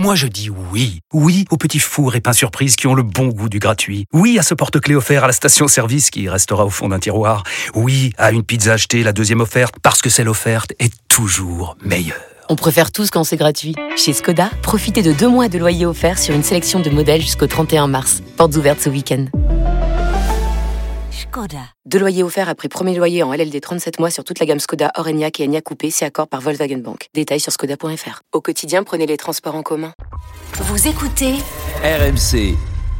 Moi je dis oui. Oui aux petits fours et pains surprises qui ont le bon goût du gratuit. Oui à ce porte-clés offert à la station-service qui restera au fond d'un tiroir. Oui à une pizza achetée, la deuxième offerte, parce que celle offerte est toujours meilleure. On préfère tous quand c'est gratuit. Chez Skoda, profitez de 2 mois de loyer offert sur une sélection de modèles jusqu'au 31 mars. Portes ouvertes ce week-end. Skoda. 2 loyers offerts après premier loyer en LLD 37 mois sur toute la gamme Skoda, Orenia et Enyaq Coupé, c'est accord par Volkswagen Bank. Détails sur skoda.fr. Au quotidien, prenez les transports en commun. Vous écoutez RMC.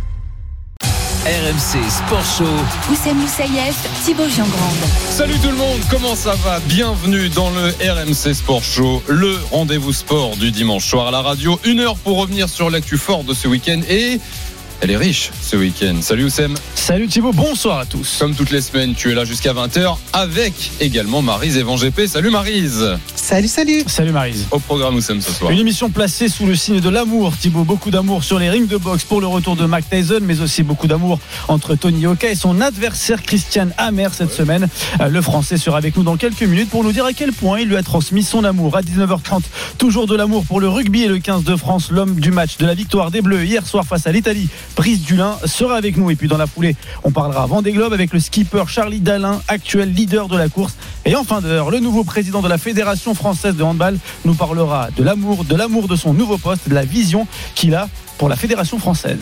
RMC Sport Show. Oussem Moussaïef, Thibaut Giangrande. Salut tout le monde, comment ça va ? Bienvenue dans le RMC Sport Show, le rendez-vous sport du dimanche soir à la radio. 1 heure pour revenir sur l'actu fort de ce week-end et... elle est riche ce week-end. Salut Oussem. Salut Thibaut, bonsoir à tous. Comme toutes les semaines, tu es là jusqu'à 20h avec également Maryse et Van GP. Salut Maryse. Salut. Salut Maryse. Au programme Oussem ce soir. Une émission placée sous le signe de l'amour, Thibaut. Beaucoup d'amour sur les rings de boxe pour le retour de Mike Tyson, mais aussi beaucoup d'amour entre Tony Oka et son adversaire Christian Hammer cette semaine. Le Français sera avec nous dans quelques minutes pour nous dire à quel point il lui a transmis son amour. À 19h30, toujours de l'amour pour le rugby et le 15 de France. L'homme du match de la victoire des Bleus hier soir face à l'Italie, Brice Dulin, sera avec nous. Et puis dans la foulée, on parlera Vendée Globe avec le skipper Charlie Dalin, actuel leader de la course. Et en fin d'heure, le nouveau président de la Fédération française de handball nous parlera de l'amour de son nouveau poste, de la vision qu'il a pour la Fédération française.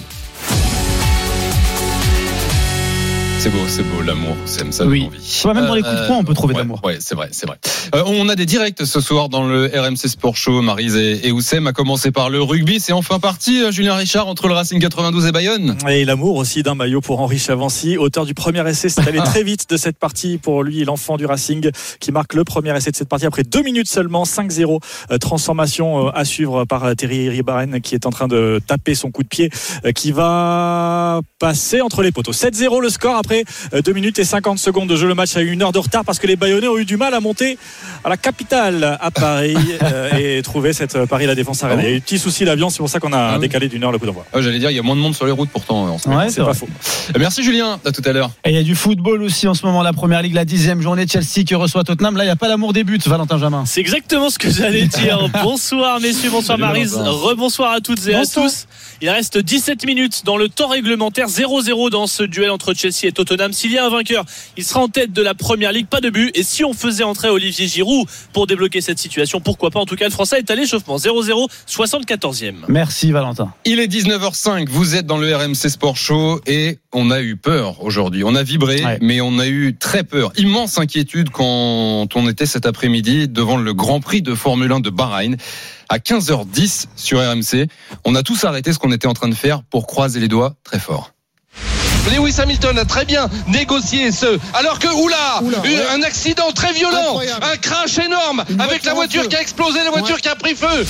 C'est beau l'amour, ça donne envie. Même dans les coups de poing, on peut trouver de l'amour. Ouais, c'est vrai. On a des directs ce soir dans le RMC Sport Show, Maryse et Oussem, à commencer par le rugby. C'est enfin parti, Julien Richard, entre le Racing 92 et Bayonne. Et l'amour aussi d'un maillot pour Henri Chavancy, auteur du premier essai. C'est allé très vite de cette partie pour lui, l'enfant du Racing, qui marque le premier essai de cette partie après 2 minutes seulement, 5-0. Transformation à suivre par Thierry Ribaren, qui est en train de taper son coup de pied, qui va passer entre les poteaux. 7-0 le score après 2 minutes et 50 secondes de jeu. Le match a eu 1 heure de retard parce que les Bayonnais ont eu du mal à monter à la capitale, à Paris, et trouver cette Paris La Défense Arena. Il y a eu un petit souci d'avion, c'est pour ça qu'on a décalé d'1 heure le coup d'envoi. J'allais dire, il y a moins de monde sur les routes pourtant. C'est pas faux. Merci Julien, à tout à l'heure. Et il y a du football aussi en ce moment, la Première Ligue, la 10e journée, Chelsea qui reçoit Tottenham. Là, il n'y a pas l'amour des buts, Valentin Jamin. C'est exactement ce que j'allais dire. Bonsoir messieurs, bonsoir Maryse, rebonsoir à toutes et à tous. Il reste 17 minutes dans le temps réglementaire, 0-0 dans ce duel entre Chelsea et Tottenham. S'il y a un vainqueur, il sera en tête de la Première Ligue, pas de but. Et si on faisait entrer Olivier Giroud pour débloquer cette situation, pourquoi pas? En tout cas, le Français est à l'échauffement. 0-0, 74e. Merci Valentin. Il est 19h05, vous êtes dans le RMC Sport Show et on a eu peur aujourd'hui. On a vibré, mais on a eu très peur. Immense inquiétude quand on était cet après-midi devant le Grand Prix de Formule 1 de Bahreïn. À 15h10 sur RMC, on a tous arrêté ce qu'on était en train de faire pour croiser les doigts très fort. Lewis Hamilton a très bien négocié alors que un accident très violent, incroyable. Un crash énorme avec la voiture qui a explosé, la voiture qui a pris feu.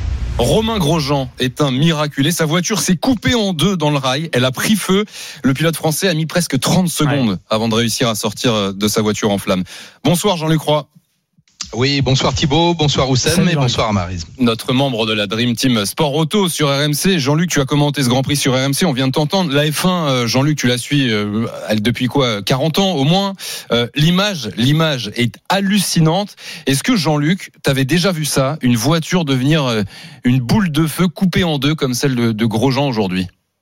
Romain Grosjean est un miraculé. Sa voiture s'est coupée en deux dans le rail. Elle a pris feu. Le pilote français a mis presque 30 secondes avant de réussir à sortir de sa voiture en flammes. Bonsoir Jean-Luc Roy. Oui, bonsoir Thibaut, bonsoir Oussem et bonsoir Maryse. Notre membre de la Dream Team Sport Auto sur RMC. Jean-Luc, tu as commenté ce Grand Prix sur RMC, on vient de t'entendre. La F1, Jean-Luc, tu la suis depuis quoi, 40 ans au moins. L'image est hallucinante. Est-ce que Jean-Luc, t'avais déjà vu ça, une voiture devenir une boule de feu coupée en deux comme celle de Grosjean aujourd'hui?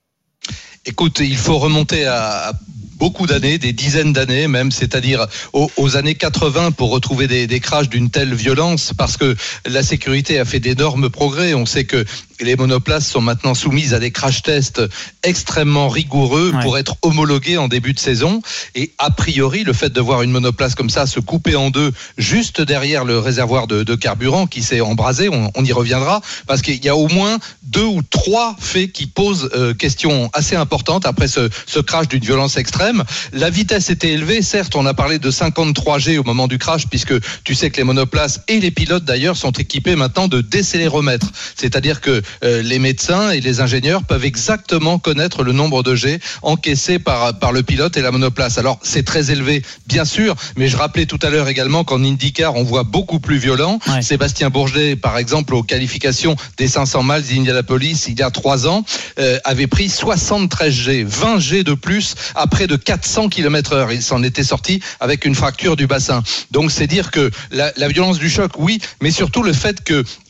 Écoute, il faut remonter à beaucoup d'années, des dizaines d'années même, c'est-à-dire aux années 80 pour retrouver des crashs d'une telle violence, parce que la sécurité a fait d'énormes progrès. On sait que les monoplaces sont maintenant soumises à des crash tests extrêmement rigoureux pour être homologués en début de saison. Et a priori, le fait de voir une monoplace comme ça se couper en deux juste derrière le réservoir de carburant qui s'est embrasé, on y reviendra, parce qu'il y a au moins 2 ou 3 faits qui posent question assez importante après ce crash d'une violence extrême. La vitesse était élevée, certes, on a parlé de 53 G au moment du crash, puisque tu sais que les monoplaces et les pilotes d'ailleurs sont équipés maintenant de décéléromètres, c'est-à-dire que les médecins et les ingénieurs peuvent exactement connaître le nombre de G encaissés par le pilote et la monoplace. Alors c'est très élevé bien sûr, mais je rappelais tout à l'heure également qu'en IndyCar on voit beaucoup plus violent. Sébastien Bourget par exemple aux qualifications des 500 miles d'Indianapolis il y a 3 ans avait pris 73 G, 20 G de plus à près de 400 km/h. Il s'en était sorti avec une fracture du bassin. Donc c'est dire que la violence du choc, oui, mais surtout le fait que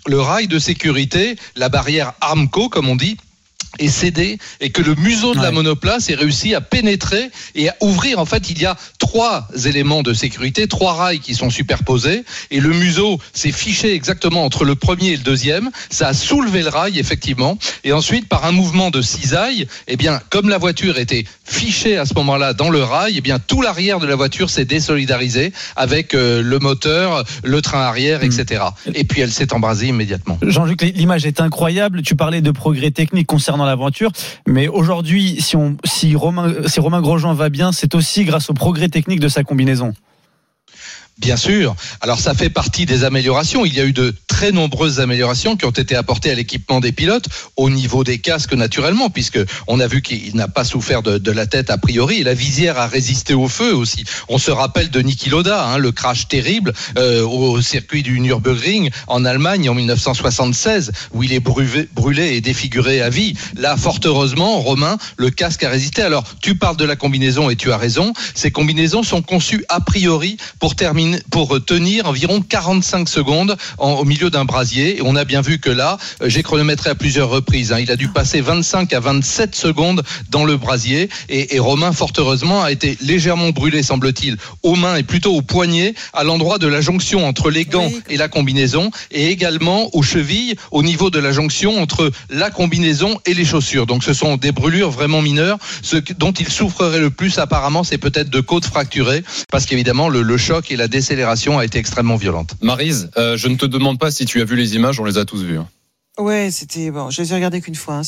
le rail de sécurité, la barrière Armco, comme on dit, est cédé et que le museau de la monoplace est réussi à pénétrer et à ouvrir. En fait, il y a 3 éléments de sécurité, 3 rails qui sont superposés et le museau s'est fiché exactement entre le premier et le deuxième. Ça a soulevé le rail, effectivement. Et ensuite, par un mouvement de cisaille, eh bien, comme la voiture était fichée à ce moment-là dans le rail, eh bien, tout l'arrière de la voiture s'est désolidarisé avec le moteur, le train arrière, etc. Et puis, elle s'est embrasée immédiatement. Jean-Luc, l'image est incroyable. Tu parlais de progrès techniques concernant l'aventure, mais aujourd'hui, si Romain Grosjean va bien, c'est aussi grâce au progrès technique de sa combinaison. Bien sûr. Alors ça fait partie des améliorations. Il y a eu de très nombreuses améliorations qui ont été apportées à l'équipement des pilotes au niveau des casques naturellement, puisque on a vu qu'il n'a pas souffert de la tête a priori. Et la visière a résisté au feu aussi. On se rappelle de Niki Lauda, le crash terrible au circuit du Nürburgring en Allemagne en 1976, où il est brûlé et défiguré à vie. Là, fort heureusement, Romain, le casque a résisté. Alors tu parles de la combinaison et tu as raison. Ces combinaisons sont conçues a priori pour tenir environ 45 secondes au milieu d'un brasier. Et on a bien vu que là, j'ai chronométré à plusieurs reprises. Il a dû passer 25 à 27 secondes dans le brasier. Et Romain, fort heureusement, a été légèrement brûlé, semble-t-il, aux mains et plutôt aux poignets, à l'endroit de la jonction entre les gants et la combinaison, et également aux chevilles, au niveau de la jonction entre la combinaison et les chaussures. Donc ce sont des brûlures vraiment mineures. Ce dont il souffrerait le plus, apparemment, c'est peut-être de côtes fracturées, parce qu'évidemment, le choc et la décélération a été extrêmement violente. Maryse, je ne te demande pas si tu as vu les images, on les a tous vues. Ouais, c'était bon. Je les ai regardées qu'une fois.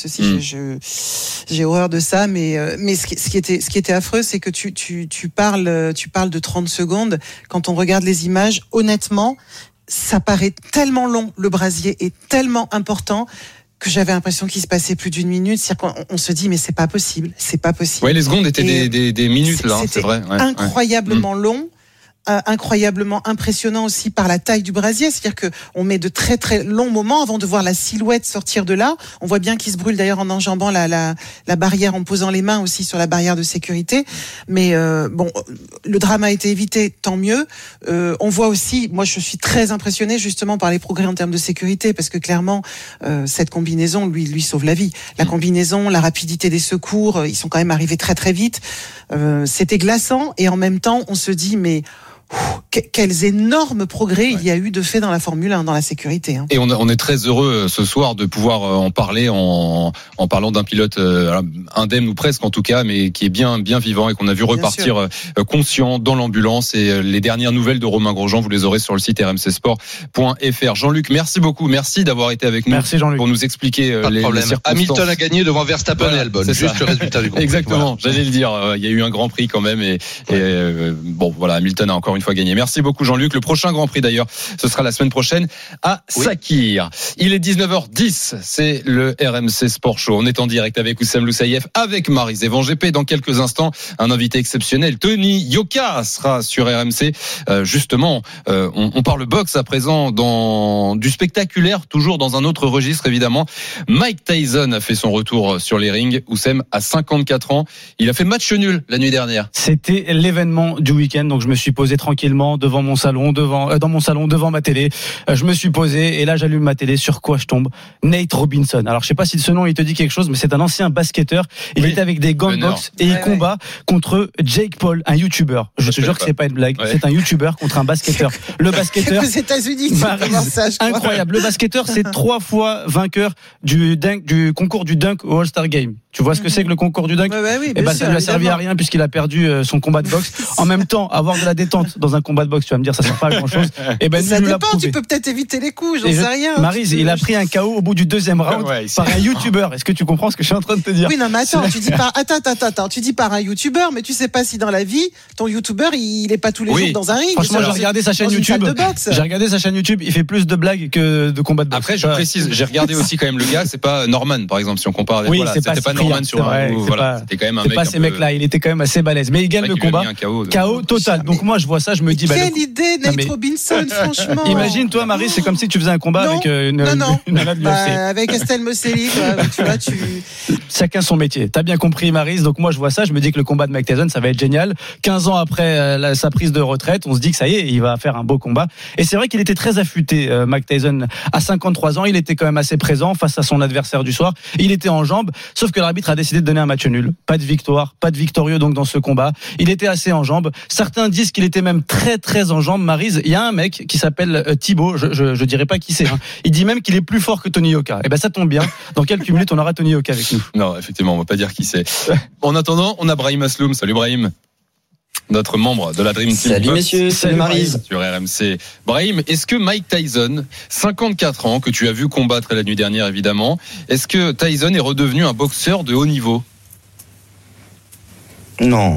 J'ai horreur de ça, mais ce qui était affreux, c'est que tu parles de 30 secondes. Quand on regarde les images, honnêtement, ça paraît tellement long. Le brasier est tellement important que j'avais l'impression qu'il se passait plus d'une minute. C'est-à-dire qu'on se dit, mais c'est pas possible. Ouais, les secondes étaient des minutes là, c'est vrai. Ouais, incroyablement long. Incroyablement impressionnant aussi par la taille du brasier, c'est-à-dire que on met de très très longs moments avant de voir la silhouette sortir de là. On voit bien qu'il se brûle d'ailleurs en enjambant la barrière, en posant les mains aussi sur la barrière de sécurité. Mais bon, le drame a été évité, tant mieux. On voit aussi, moi je suis très impressionné justement par les progrès en termes de sécurité, parce que clairement cette combinaison lui sauve la vie. La combinaison, la rapidité des secours, ils sont quand même arrivés très très vite. C'était glaçant et en même temps on se dit mais quels énormes progrès il y a eu de fait dans la Formule 1, dans la sécurité. Et on est très heureux ce soir de pouvoir en parler en parlant d'un pilote indemne ou presque en tout cas, mais qui est bien vivant et qu'on a vu repartir conscient dans l'ambulance. Et les dernières nouvelles de Romain Grosjean, vous les aurez sur le site rmcsport.fr. Jean-Luc, merci beaucoup, merci d'avoir été avec nous pour nous expliquer les circonstances. Hamilton a gagné devant Verstappen et Albon, juste le résultat du Grand Prix. Exactement, j'allais le dire, il y a eu un Grand Prix quand même et bon voilà, Hamilton a encore une fois gagné. Merci beaucoup Jean-Luc. Le prochain Grand Prix d'ailleurs, ce sera la semaine prochaine à Sakir. Il est 19h10, c'est le RMC Sport Show. On est en direct avec Oussem Loussaïef, avec Maryse Evan GP. Dans quelques instants, un invité exceptionnel, Tony Yoka, sera sur RMC. Justement, on parle boxe à présent dans du spectaculaire, toujours dans un autre registre évidemment. Mike Tyson a fait son retour sur les rings. Oussem, à 54 ans, il a fait match nul la nuit dernière. C'était l'événement du week-end, donc je me suis posé tranquillement devant mon salon, dans mon salon, devant ma télé. Je me suis posé et là j'allume ma télé. Sur quoi je tombe? Nate Robinson. Alors je sais pas si ce nom il te dit quelque chose, mais c'est un ancien basketteur. Il était avec des gants de boxe et il combat contre Jake Paul, un YouTuber. Je te jure que c'est pas une blague. C'est un YouTuber contre un basketteur. Le basketteur. Aux États-Unis, incroyable. Le basketteur, c'est 3 fois vainqueur du concours du dunk au All-Star Game. Tu vois ce que c'est que le concours du dunk? Oui, et ça lui a servi à rien puisqu'il a perdu son combat de boxe. En même temps, avoir de la détente dans un combat de boxe, tu vas me dire, ça sert pas à grand chose. Et ben, ça dépend, tu peux peut-être éviter les coups, j'en sais rien. Maryse, il a pris un KO au bout du 2e round par un YouTuber. Est-ce que tu comprends ce que je suis en train de te dire? Oui, non, mais attends, tu dis par un YouTuber, mais tu sais pas si dans la vie, ton YouTuber, il est pas tous les jours dans un ring. Franchement, j'ai regardé sa chaîne YouTube. Il fait plus de blagues que de combats de boxe. Après, je précise, j'ai regardé aussi quand même le gars, c'est pas Norman, par exemple, si on compare. Oui, c'était pas Norman sur un. Voilà, c'était quand même un mec. C'est pas ces mecs-là, il était quand même assez balèze. Mais il gagne le combat. KO total. Donc moi, je vois ça, je me dis, Quelle idée, Nate Robinson, franchement. Imagine, toi, Marie, c'est comme si tu faisais un combat avec une nana de l'UFC. Avec Estelle Mosseli, tu vois, Chacun son métier. T'as bien compris, Maryse. Donc moi, je vois ça, je me dis que le combat de Mike Tyson, ça va être génial. 15 ans après sa prise de retraite, on se dit que ça y est, il va faire un beau combat. Et c'est vrai qu'il était très affûté, Mike Tyson. À 53 ans, il était quand même assez présent face à son adversaire du soir. Il était en jambes, sauf que l'arbitre a décidé de donner un match nul. Pas de victoire, pas de victorieux donc dans ce combat. Il était assez en jambes. Certains disent qu'il était même très très en jambes. Maryse, il y a un mec qui s'appelle Thibaut, je dirais pas qui c'est. Il dit même qu'il est plus fort que Tony Yoka. Et ben ça tombe bien. Dans quelques minutes, on aura Tony Yoka avec nous. Non, effectivement, on va pas dire qui c'est. En attendant, on a Brahim Asloum. Salut Brahim. Notre membre de la Dream Team. Salut messieurs, salut Maryse. Sur RMC. Brahim, est-ce que Mike Tyson, 54 ans, que tu as vu combattre la nuit dernière évidemment, est-ce que Tyson est redevenu un boxeur de haut niveau ? Non.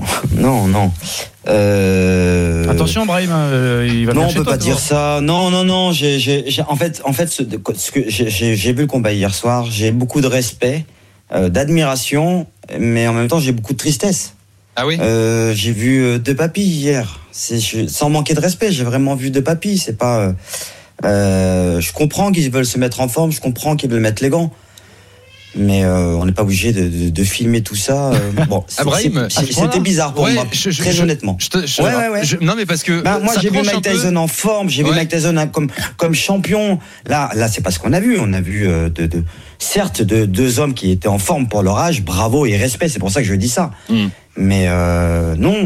Attention Brahim, il va. Non, on peut pas dire ça. Non. En fait, j'ai vu le combat hier soir. J'ai beaucoup de respect, d'admiration, mais en même temps, j'ai beaucoup de tristesse. Ah oui. J'ai vu deux papis hier. Sans manquer de respect, j'ai vraiment vu deux papis. C'est pas. Je comprends qu'ils veulent se mettre en forme. Je comprends qu'ils veulent mettre les gants. Mais on n'est pas obligé de filmer tout ça. Bon, c'était bizarre pour moi, très honnêtement. Non, mais parce que moi j'ai vu Mike Tyson en forme, j'ai vu Mike Tyson comme champion. Là, c'est pas ce qu'on a vu. On a vu certes deux hommes qui étaient en forme pour leur âge. Bravo et respect. C'est pour ça que je dis ça. Mais non.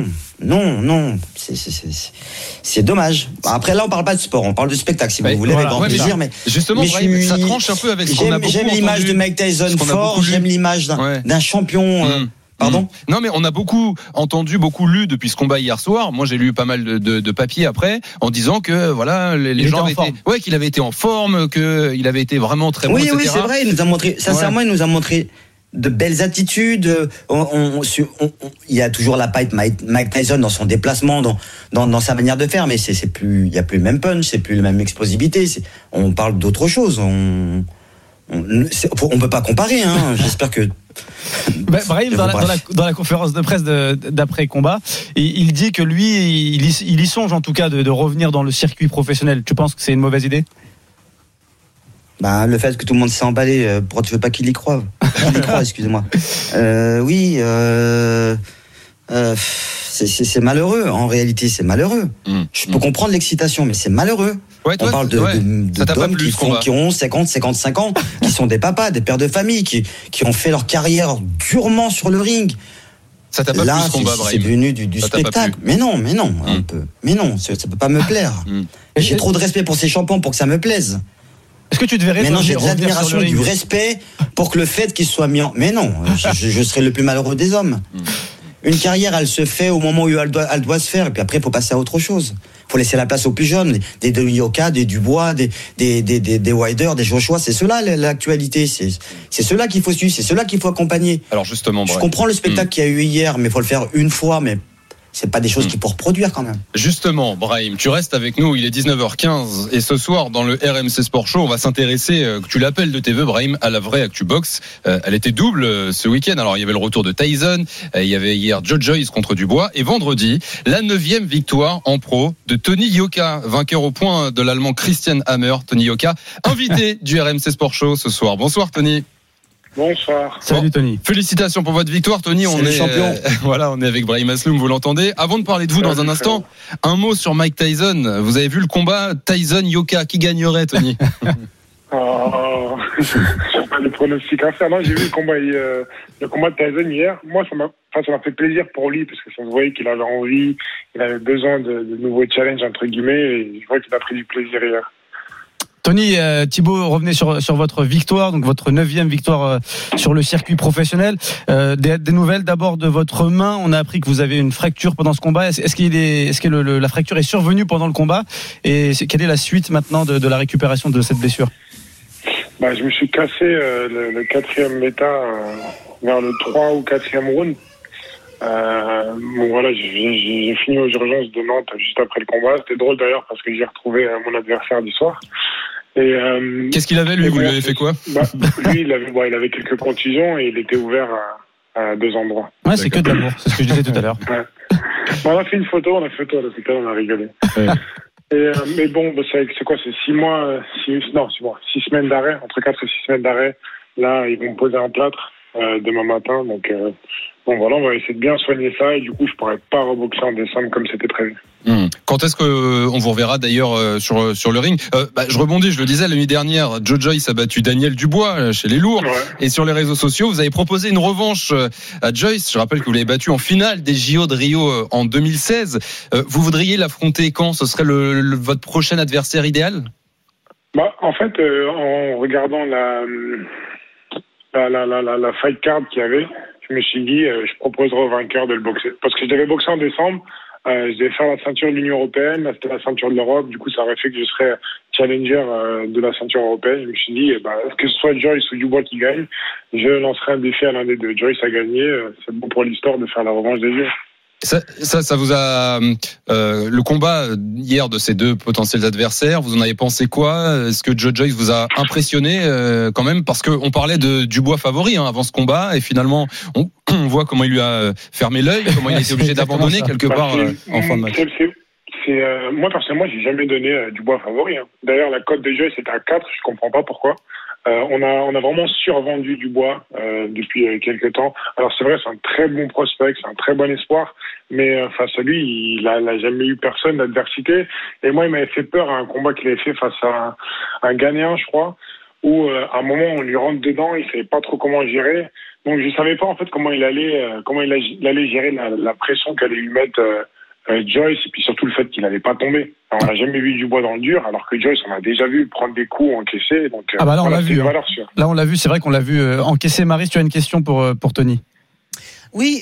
C'est dommage. Après là, on parle pas de sport, on parle de spectacle si vous voulez, avec grand plaisir. Mais justement, ça tranche un peu avec ce qu'on a beaucoup entendu. J'aime l'image de Mike Tyson fort. J'aime l'image d'un champion. Pardon ? Non, mais on a beaucoup entendu, beaucoup lu depuis ce combat hier soir. Moi, j'ai lu pas mal de papiers après, en disant que voilà, les gens qu'il avait été en forme, qu'il avait été vraiment très bon, etc. Oui, c'est vrai. Il nous a montré. Sincèrement, il nous a montré de belles attitudes. Il y a toujours la patte Mike Tyson dans son déplacement, dans sa manière de faire, mais c'est plus, il y a plus le même punch, c'est plus la même explosivité. On parle d'autre chose. On peut pas comparer. J'espère que. Brahim, dans la conférence de presse d'après combat, il dit que lui, il y songe en tout cas de revenir dans le circuit professionnel. Tu penses que c'est une mauvaise idée ? Le fait que tout le monde s'est emballé, pourquoi tu veux pas qu'il y croie ? Excusez-moi. Oui, c'est malheureux. En réalité, c'est malheureux. Je peux comprendre l'excitation, mais c'est malheureux. On parle d'hommes qui ont 50, 55 ans, qui sont des papas, des pères de famille, qui ont fait leur carrière durement sur le ring. Ça t'a pas plu ce combat, Brahim ? C'est devenu du spectacle. Mais non, un peu. Mais non, ça peut pas me plaire. J'ai trop de respect pour ces champions pour que ça me plaise. Est-ce que tu devrais Mais non, j'ai de l'admiration, du respect pour que le fait qu'il soit mis en. Mais non, je serais le plus malheureux des hommes. Une carrière, elle se fait au moment où elle doit se faire, et puis après, il faut passer à autre chose. Il faut laisser la place aux plus jeunes, des Yoka, des Dubois, des Wilder, des Joshua. C'est ceux-là l'actualité. C'est ceux-là qu'il faut suivre, c'est ceux-là qu'il faut accompagner. Alors justement, je comprends le spectacle qu'il y a eu hier, mais il faut le faire une fois, mais. C'est pas des choses qu'il faut reproduire quand même. Justement, Brahim, tu restes avec nous, il est 19h15 et ce soir dans le RMC Sport Show, on va s'intéresser, que tu l'appelles de tes vœux, Brahim, à la vraie Actu Box. Elle était double ce week-end. Alors il y avait le retour de Tyson, il y avait hier Joe Joyce contre Dubois et vendredi, la 9e victoire en pro de Tony Yoka, vainqueur au point de l'Allemand Christian Hammer. Tony Yoka, invité du RMC Sport Show ce soir. Bonsoir Tony. Bonsoir. Salut Tony. Félicitations pour votre victoire Tony. On est champion. On est avec Brahim Asloum, vous l'entendez. Avant de parler de vous dans un instant, un mot sur Mike Tyson. Vous avez vu le combat Tyson-Yoka, qui gagnerait Tony? J'ai pas de pronostic à faire. Non, j'ai vu le combat de Tyson hier. Moi, ça m'a fait plaisir pour lui parce que ça se voyait qu'il avait envie, il avait besoin de nouveaux challenges entre guillemets et je vois qu'il a pris du plaisir hier. Tony, Thibaut, revenez sur votre victoire, donc votre 9e victoire sur le circuit professionnel. Des nouvelles d'abord de votre main. On a appris que vous avez une fracture pendant ce combat. Est-ce que la fracture est survenue pendant le combat ? Et quelle est la suite maintenant de la récupération de cette blessure ? Je me suis cassé le 4e méta vers le 3 ou 4e round. J'ai fini aux urgences de Nantes juste après le combat. C'était drôle d'ailleurs parce que j'ai retrouvé mon adversaire du soir. Et qu'est-ce qu'il avait lui ? Vous lui avez fait quoi ? Lui, il avait quelques contusions et il était ouvert à 2 endroits. Ouais, c'est que de l'amour, c'est ce que je disais tout à l'heure. Ouais. Bon, on a fait une photo à l'hôpital, on a rigolé. Ouais. Mais bon, c'est quoi, c'est 6 semaines d'arrêt, entre 4 et 6 semaines d'arrêt. Là, ils vont me poser un plâtre demain matin, donc voilà, on va essayer de bien soigner ça et du coup, je pourrais pas reboxer en décembre comme c'était prévu. Quand est-ce qu'on vous reverra d'ailleurs sur le ring? Je rebondis, je le disais la nuit dernière, Joe Joyce a battu Daniel Dubois chez les lourds, et sur les réseaux sociaux, vous avez proposé une revanche à Joyce. Je rappelle que vous l'avez battu en finale des JO de Rio en 2016. Vous voudriez l'affronter quand? Ce serait votre prochain adversaire idéal? En fait, en regardant la fight card qu'il y avait, je me suis dit, je proposerai au vainqueur de le boxer. Parce que je devais boxer en décembre, je devais faire la ceinture de l'Union Européenne, là c'était la ceinture de l'Europe, du coup ça aurait fait que je serais challenger de la ceinture européenne. Je me suis dit, que ce soit Joyce ou Dubois qui gagne, je lancerai un défi à l'un des deux. Joyce a gagné, c'est bon pour l'histoire de faire la revanche des Jeux. Ça vous a le combat hier de ces deux potentiels adversaires, vous en avez pensé quoi? Est-ce que Joe Joyce vous a impressionné quand même, parce que on parlait de Dubois favori avant ce combat et finalement on voit comment il lui a fermé l'œil, comment il a été obligé d'abandonner quelque part en fin de match. Moi personnellement, j'ai jamais donné Dubois favori. D'ailleurs, la cote de Joyce était à 4, je comprends pas pourquoi. On a vraiment survendu Dubois depuis quelques temps. Alors c'est vrai, c'est un très bon prospect, c'est un très bon espoir, mais face à lui, il a jamais eu personne d'adversité. Et moi, il m'avait fait peur à un combat qu'il avait fait face à un Ghanéen, je crois, où à un moment on lui rentre dedans, il savait pas trop comment gérer. Donc je savais pas en fait comment il allait gérer la pression qu'allait lui mettre Joyce, et puis surtout le fait qu'il n'avait pas tombé. Alors, on n'a jamais vu Dubois dans le dur, alors que Joyce, on a déjà vu prendre des coups encaissés. Donc, là, on l'a vu. Là, on l'a vu, c'est vrai qu'on l'a vu encaisser. Maryse, tu as une question pour Tony? Oui,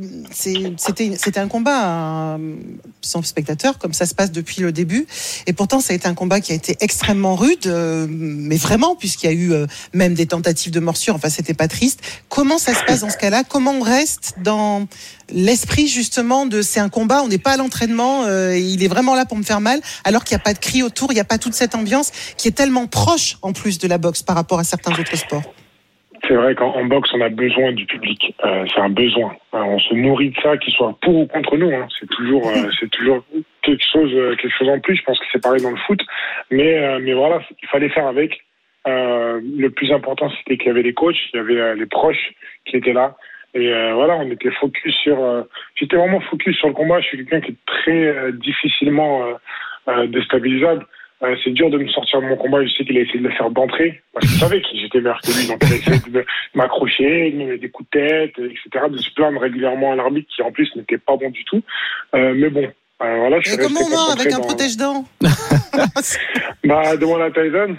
c'était un combat sans spectateur, comme ça se passe depuis le début. Et pourtant, ça a été un combat qui a été extrêmement rude, mais vraiment, puisqu'il y a eu même des tentatives de morsure. Enfin, c'était pas triste. Comment ça se passe dans ce cas-là? Comment on reste dans l'esprit justement de c'est un combat, on n'est pas à l'entraînement, il est vraiment là pour me faire mal, alors qu'il n'y a pas de cri autour, il n'y a pas toute cette ambiance qui est tellement proche en plus de la boxe par rapport à certains autres sports. C'est vrai qu'en boxe, on a besoin du public. C'est un besoin. On se nourrit de ça, qu'il soit pour ou contre nous. C'est toujours quelque chose en plus. Je pense que c'est pareil dans le foot. Mais voilà, il fallait faire avec. Le plus important, c'était qu'il y avait les coachs, il y avait les proches qui étaient là. Et voilà, on était focus j'étais vraiment focus sur le combat. Je suis quelqu'un qui est très difficilement déstabilisable. C'est dur de me sortir de mon combat. Je sais qu'il a essayé de le faire d'entrée, parce qu'il savait que j'étais meilleur que lui, donc il a essayé de m'accrocher, de me mettre des coups de tête, etc., de se plaindre régulièrement à l'arbitre, qui en plus n'était pas bon du tout. Mais bon, voilà, je suis resté concentré. Comment avec un protège-dents? Demande à Tyson.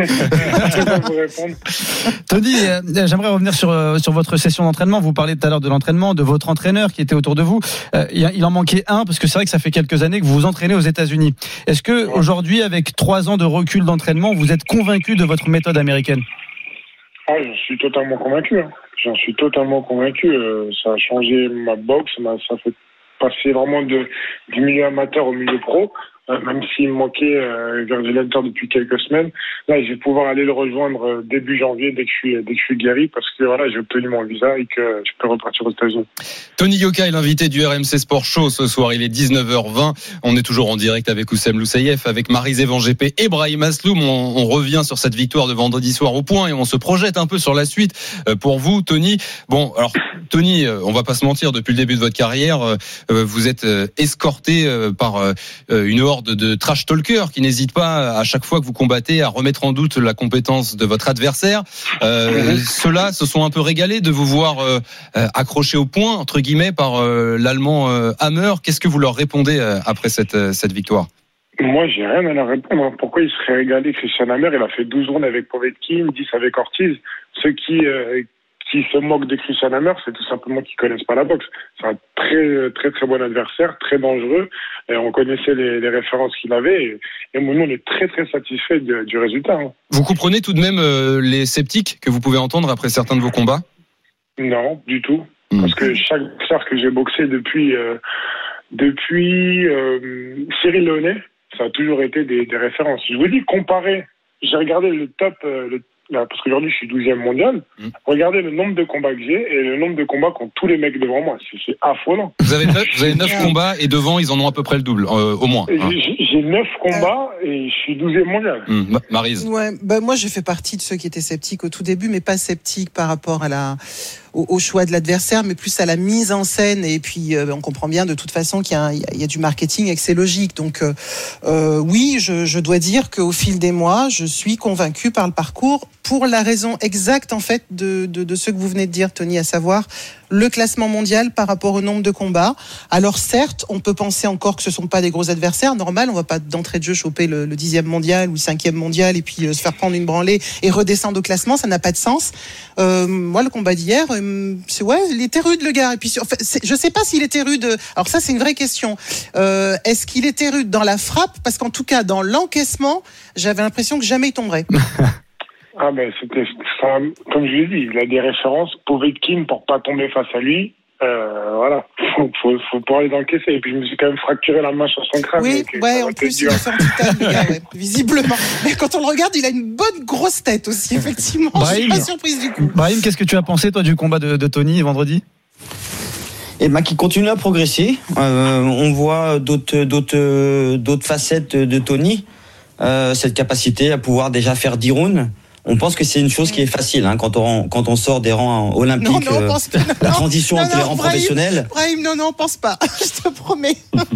Je vais vous répondre. Tony, j'aimerais revenir sur votre session d'entraînement. Vous parlez tout à l'heure de l'entraînement, de votre entraîneur qui était autour de vous. Il en manquait un, parce que c'est vrai que ça fait quelques années que vous vous entraînez aux États-Unis. Est-ce que aujourd'hui, avec 3 ans de recul d'entraînement, vous êtes convaincu de votre méthode américaine? J'en suis totalement convaincu. J'en suis totalement convaincu. Ça a changé ma boxe. Ça fait passer vraiment du milieu amateur au milieu pro. Même s'il me manquait Gladiator depuis quelques semaines, là je vais pouvoir aller le rejoindre début janvier dès que je suis guéri, parce que voilà, j'ai obtenu mon visa et que je peux repartir aux États-Unis. Tony Yoka est l'invité du RMC Sport Show ce soir, il est 19h20. On est toujours en direct avec Oussem Loussaïef, avec Maryse Evan GP et Brahim Asloum. On revient sur cette victoire de vendredi soir au Point et on se projette un peu sur la suite pour vous, Tony. Bon, alors Tony, on va pas se mentir, depuis le début de votre carrière, vous êtes escorté par une horde de trash talkers qui n'hésitent pas à chaque fois que vous combattez à remettre en doute la compétence de votre adversaire. Ceux-là se sont un peu régalés de vous voir accroché au point, entre guillemets, par l'Allemand Hammer. Qu'est-ce que vous leur répondez après cette victoire? Moi, j'ai rien à leur répondre. Pourquoi il serait régalé? Christian Hammer, il a fait 12 rounds avec Povetkin, 10 avec Ortiz. Ceux qui se moquent de Christian Hammer, c'est tout simplement qu'ils connaissent pas la boxe. C'est un très très très bon adversaire, très dangereux. Et on connaissait les références qu'il avait. Et nous, on est très très satisfaits du résultat. Vous comprenez tout de même les sceptiques que vous pouvez entendre après certains de vos combats? Non, du tout. Parce que chaque boxeur que j'ai boxé depuis Cyril Léonet, ça a toujours été des références. Je vous dis, comparé, j'ai regardé le parce qu'aujourd'hui je suis 12e mondial, regardez le nombre de combats que j'ai et le nombre de combats qu'ont tous les mecs devant moi. C'est affolant. Vous avez 9 combats et devant ils en ont à peu près le double, au moins. J'ai 9 combats et je suis 12e mondial. Maryse. Ouais, moi j'ai fait partie de ceux qui étaient sceptiques au tout début, mais pas sceptiques par rapport à au choix de l'adversaire, mais plus à la mise en scène. Et puis on comprend bien de toute façon qu'il y a du marketing et que c'est logique. Donc oui, je dois dire qu'au fil des mois, je suis convaincu par le parcours, pour la raison exacte en fait de ce que vous venez de dire, Tony, à savoir le classement mondial par rapport au nombre de combats. Alors certes, on peut penser encore que ce sont pas des gros adversaires, normal, on va pas d'entrée de jeu choper le 10e mondial ou le 5e mondial et puis se faire prendre une branlée et redescendre au classement, ça n'a pas de sens. Moi, le combat d'hier, il était rude le gars. Et puis, je sais pas s'il était rude. Alors ça, c'est une vraie question. Est-ce qu'il était rude dans la frappe? Parce qu'en tout cas, dans l'encaissement, j'avais l'impression que jamais il tomberait. Ah ben c'était ça, comme je l'ai dit, il a des références. Povetkin pour pas tomber face à lui. Voilà, faut pouvoir les encaisser. Et puis je me suis quand même fracturé la main sur son crâne. Oui, en plus il est fait en titane, le gars, visiblement. Mais quand on le regarde, il a une bonne grosse tête aussi, effectivement. Je suis pas surprise du coup. Brahim, qu'est-ce que tu as pensé toi du combat de Tony vendredi? Qui continue à progresser. On voit d'autres facettes de Tony. Cette capacité à pouvoir déjà faire 10 rounds. On pense que c'est une chose qui est facile quand on sort des rangs olympiques. La transition entre les rangs professionnels. Brahim, non, pense pas. Je te promets.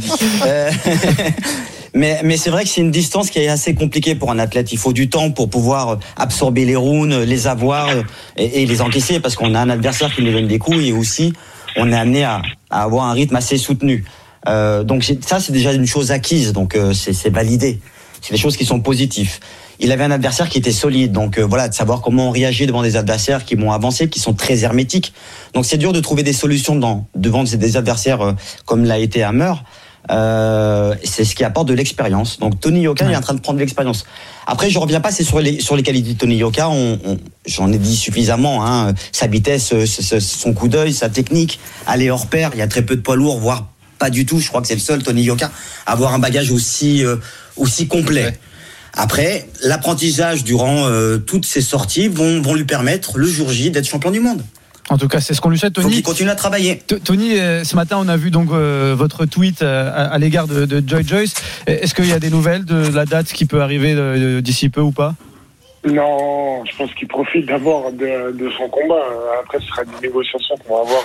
Mais c'est vrai que c'est une distance qui est assez compliquée pour un athlète. Il faut du temps pour pouvoir absorber les rounds, les avoir et les encaisser, parce qu'on a un adversaire qui nous donne des coups et aussi on est amené à avoir un rythme assez soutenu. Donc ça, c'est déjà une chose acquise. Donc c'est validé. C'est des choses qui sont positives. Il avait un adversaire qui était solide, donc voilà, de savoir comment on réagit devant des adversaires qui vont avancer, qui sont très hermétiques. Donc c'est dur de trouver des solutions devant des adversaires comme l'a été Hammer. C'est ce qui apporte de l'expérience. Donc Tony Yoka est en train de prendre de l'expérience. Après, je reviens pas, c'est sur les qualités de Tony Yoka. J'en ai dit suffisamment. Sa vitesse, son coup d'œil, sa technique, aller hors pair. Il y a très peu de poids lourds, voire pas du tout. Je crois que c'est le seul, Tony Yoka, à avoir un bagage aussi complet. Après, l'apprentissage durant toutes ces sorties vont lui permettre le jour J d'être champion du monde. En tout cas, c'est ce qu'on lui souhaite, Tony. Faut qu'il continue à travailler. Tony, ce matin, on a vu donc votre tweet à l'égard de Joy Joyce. Est-ce qu'il y a des nouvelles de la date qui peut arriver d'ici peu ou pas? Non, je pense qu'il profite d'abord de son combat. Après, ce sera des négociations qu'on va avoir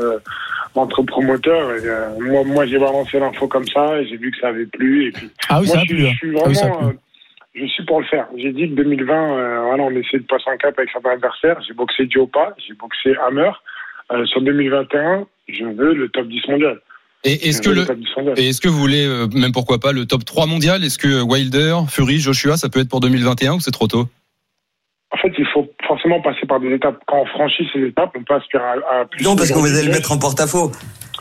entre promoteurs. Et, moi, j'ai balancé l'info comme ça et j'ai vu que ça avait plu. Et puis, moi, je suis vraiment... je suis pour le faire. J'ai dit que 2020, on essaie de passer un cap avec certains adversaires. J'ai boxé Diopa, j'ai boxé Hammer. Sur 2021, je veux le top 10 mondial. Et est-ce que vous voulez, même pourquoi pas, le top 3 mondial? Est-ce que Wilder, Fury, Joshua, ça peut être pour 2021 ou c'est trop tôt? En fait, il faut forcément passer par des étapes. Quand on franchit ces étapes, on passe à plus. Non, parce qu'on va le mettre en porte-à-faux.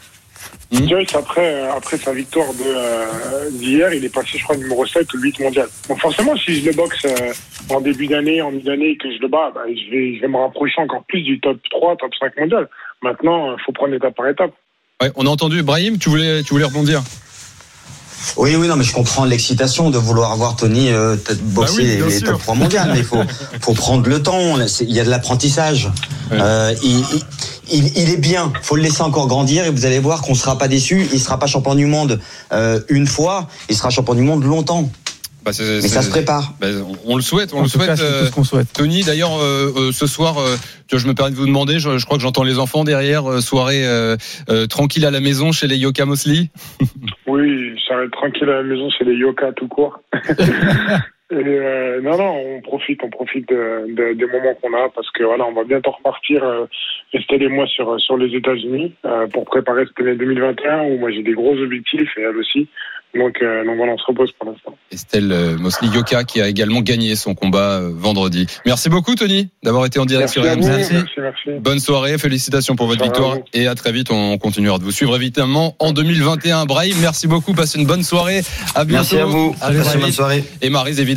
Joyce, après sa victoire d'hier, il est passé, je crois, numéro 7 ou 8 mondial. Donc forcément, si je le boxe en début d'année, en mi-d'année, et que je le bats, je vais me rapprocher encore plus du top 3, top 5 mondial. Maintenant, il faut prendre étape par étape. Ouais, on a entendu. Brahim, tu voulais rebondir? Oui, non, mais je comprends l'excitation de vouloir voir Tony boxer les top 3 mondiales, mais il faut prendre le temps. Il y a de l'apprentissage. Ouais. Il est bien. Faut le laisser encore grandir et vous allez voir qu'on sera pas déçu. Il sera pas champion du monde une fois. Il sera champion du monde longtemps. Mais ça se prépare. On le souhaite. On le souhaite. C'est tout ce qu'on souhaite. Tony, d'ailleurs, ce soir, je me permets de vous demander. Je crois que j'entends les enfants derrière. Soirée tranquille à la maison chez les Yoka Mosley. Oui, ça va être tranquille à la maison chez les Yoka tout court. Non, on profite des moments qu'on a parce que voilà, on va bientôt repartir, rester des mois sur les États-Unis pour préparer cette année 2021 où moi j'ai des gros objectifs et elle aussi. Donc voilà, on se repose pour l'instant. Estelle Mosley Yoka qui a également gagné son combat vendredi. Merci beaucoup Tony d'avoir été en direct sur RMC. Merci. Bonne soirée, félicitations pour votre victoire et à très vite. On continuera de vous suivre évidemment en 2021. Brahim, merci beaucoup, passez une bonne soirée. À bientôt. Merci à vous. Allez, bonne soirée. Et Maryse évidemment.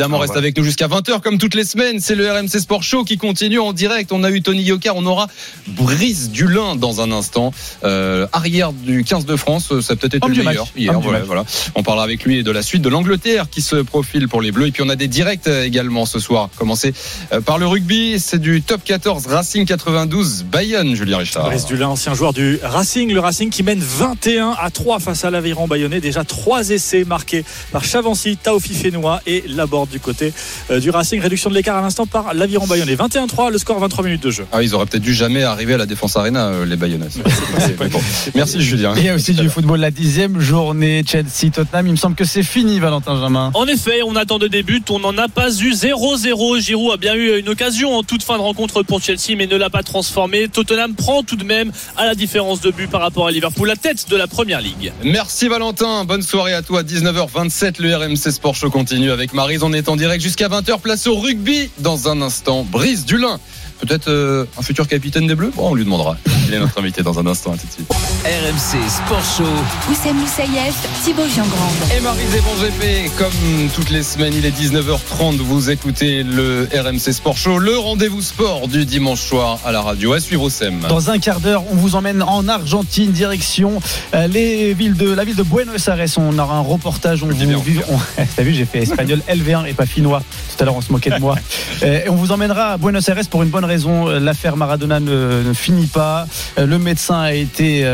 évidemment, reste avec nous jusqu'à 20h comme toutes les semaines. C'est le RMC Sport Show qui continue en direct. On a eu Tony Yoka, on aura Brice Dulin dans un instant. Arrière du 15 de France, ça a peut-être été le meilleur hier. Voilà. On parlera avec lui de la suite de l'Angleterre qui se profile pour les Bleus. Et puis on a des directs également ce soir. Commencer par le rugby, c'est du top 14 Racing 92 Bayonne, Julien Richard. Brice Dulin, ancien joueur du Racing. Le Racing qui mène 21-3 face à l'Aviron Bayonnais. Déjà 3 essais marqués par Chavancy, Taofi Fénois et Laborde du côté du Racing. Réduction de l'écart à l'instant par l'Aviron Bayonnais. 21-3, le score 23 minutes de jeu. Ils auraient peut-être dû jamais arriver à la Défense Arena, les Bayonnais. Merci Julien. Et il y a aussi du football, la 10e journée, Chelsea-Tottenham. Il me semble que c'est fini, Valentin Jamin. En effet, on attend de début, on n'en a pas eu. 0-0. Giroud a bien eu une occasion en toute fin de rencontre pour Chelsea, mais ne l'a pas transformé. Tottenham prend tout de même, à la différence de but par rapport à Liverpool, la tête de la Première Ligue. Merci Valentin, bonne soirée à toi. 19h27, le RMC Sport Show continue avec Maryse. On est en direct jusqu'à 20h, place au rugby. Dans un instant, Brice Dulin, peut-être un futur capitaine des Bleus. On lui demandera. Il est notre invité dans un instant. À tout de suite. RMC Sport Show. Oussem Moussaïef, Thibaut Giangrande. Et Maryse Evan GP, comme toutes les semaines, il est 19h30. Vous écoutez le RMC Sport Show, le rendez-vous sport du dimanche soir à la radio. À suivre au SEM. Dans un quart d'heure, on vous emmène en Argentine, direction la ville de Buenos Aires. On aura un reportage. T'as vu, j'ai fait espagnol LV1 et pas finnois. Tout à l'heure, on se moquait de moi. Et on vous emmènera à Buenos Aires pour une bonne raison. L'affaire Maradona ne finit pas. Le médecin a été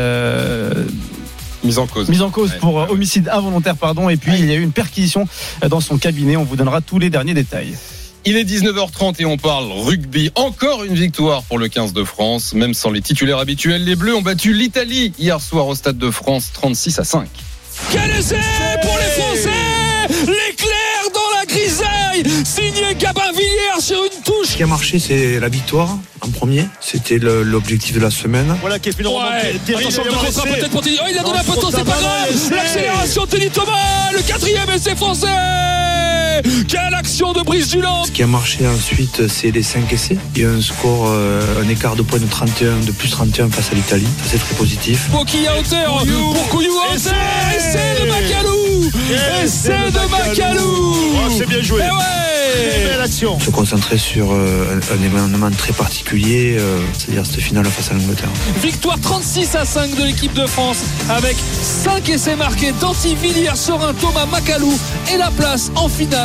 mise en cause pour homicide involontaire, et puis il y a eu une perquisition dans son cabinet. On vous donnera tous les derniers détails. Il est 19h30 et on parle rugby. Encore une victoire pour le 15 de France. Même sans les titulaires habituels, les Bleus ont battu l'Italie hier soir au Stade de France 36-5. Quel essai pour les Français! L'éclair dans la grisaille, signé Gabin Villiers sur une touche. Ce qui a marché, c'est la victoire en premier. C'était l'objectif de la semaine. Voilà qui est une remontée. Attention, de contrat peut-être pour Teddy. Il a donné un poteau, c'est pas grave. L'accélération de Teddy Thomas, le 4e essai français. Quelle action de Brice Dulin. Ce qui a marché ensuite, c'est les 5 essais. Il y a un score, un écart de points de plus 31 face à l'Italie. Ça, c'est très positif. Poki à hauteur pour Couillou. Essai de Macalou. Essai de Macalou. C'est bien joué. Belle action. Se concentrer sur un événement très particulier, c'est-à-dire cette finale face à l'Angleterre. Victoire 36-5 de l'équipe de France avec 5 essais marqués d'Anti Villiers, Sorin, Thomas, Macalou et la place en finale.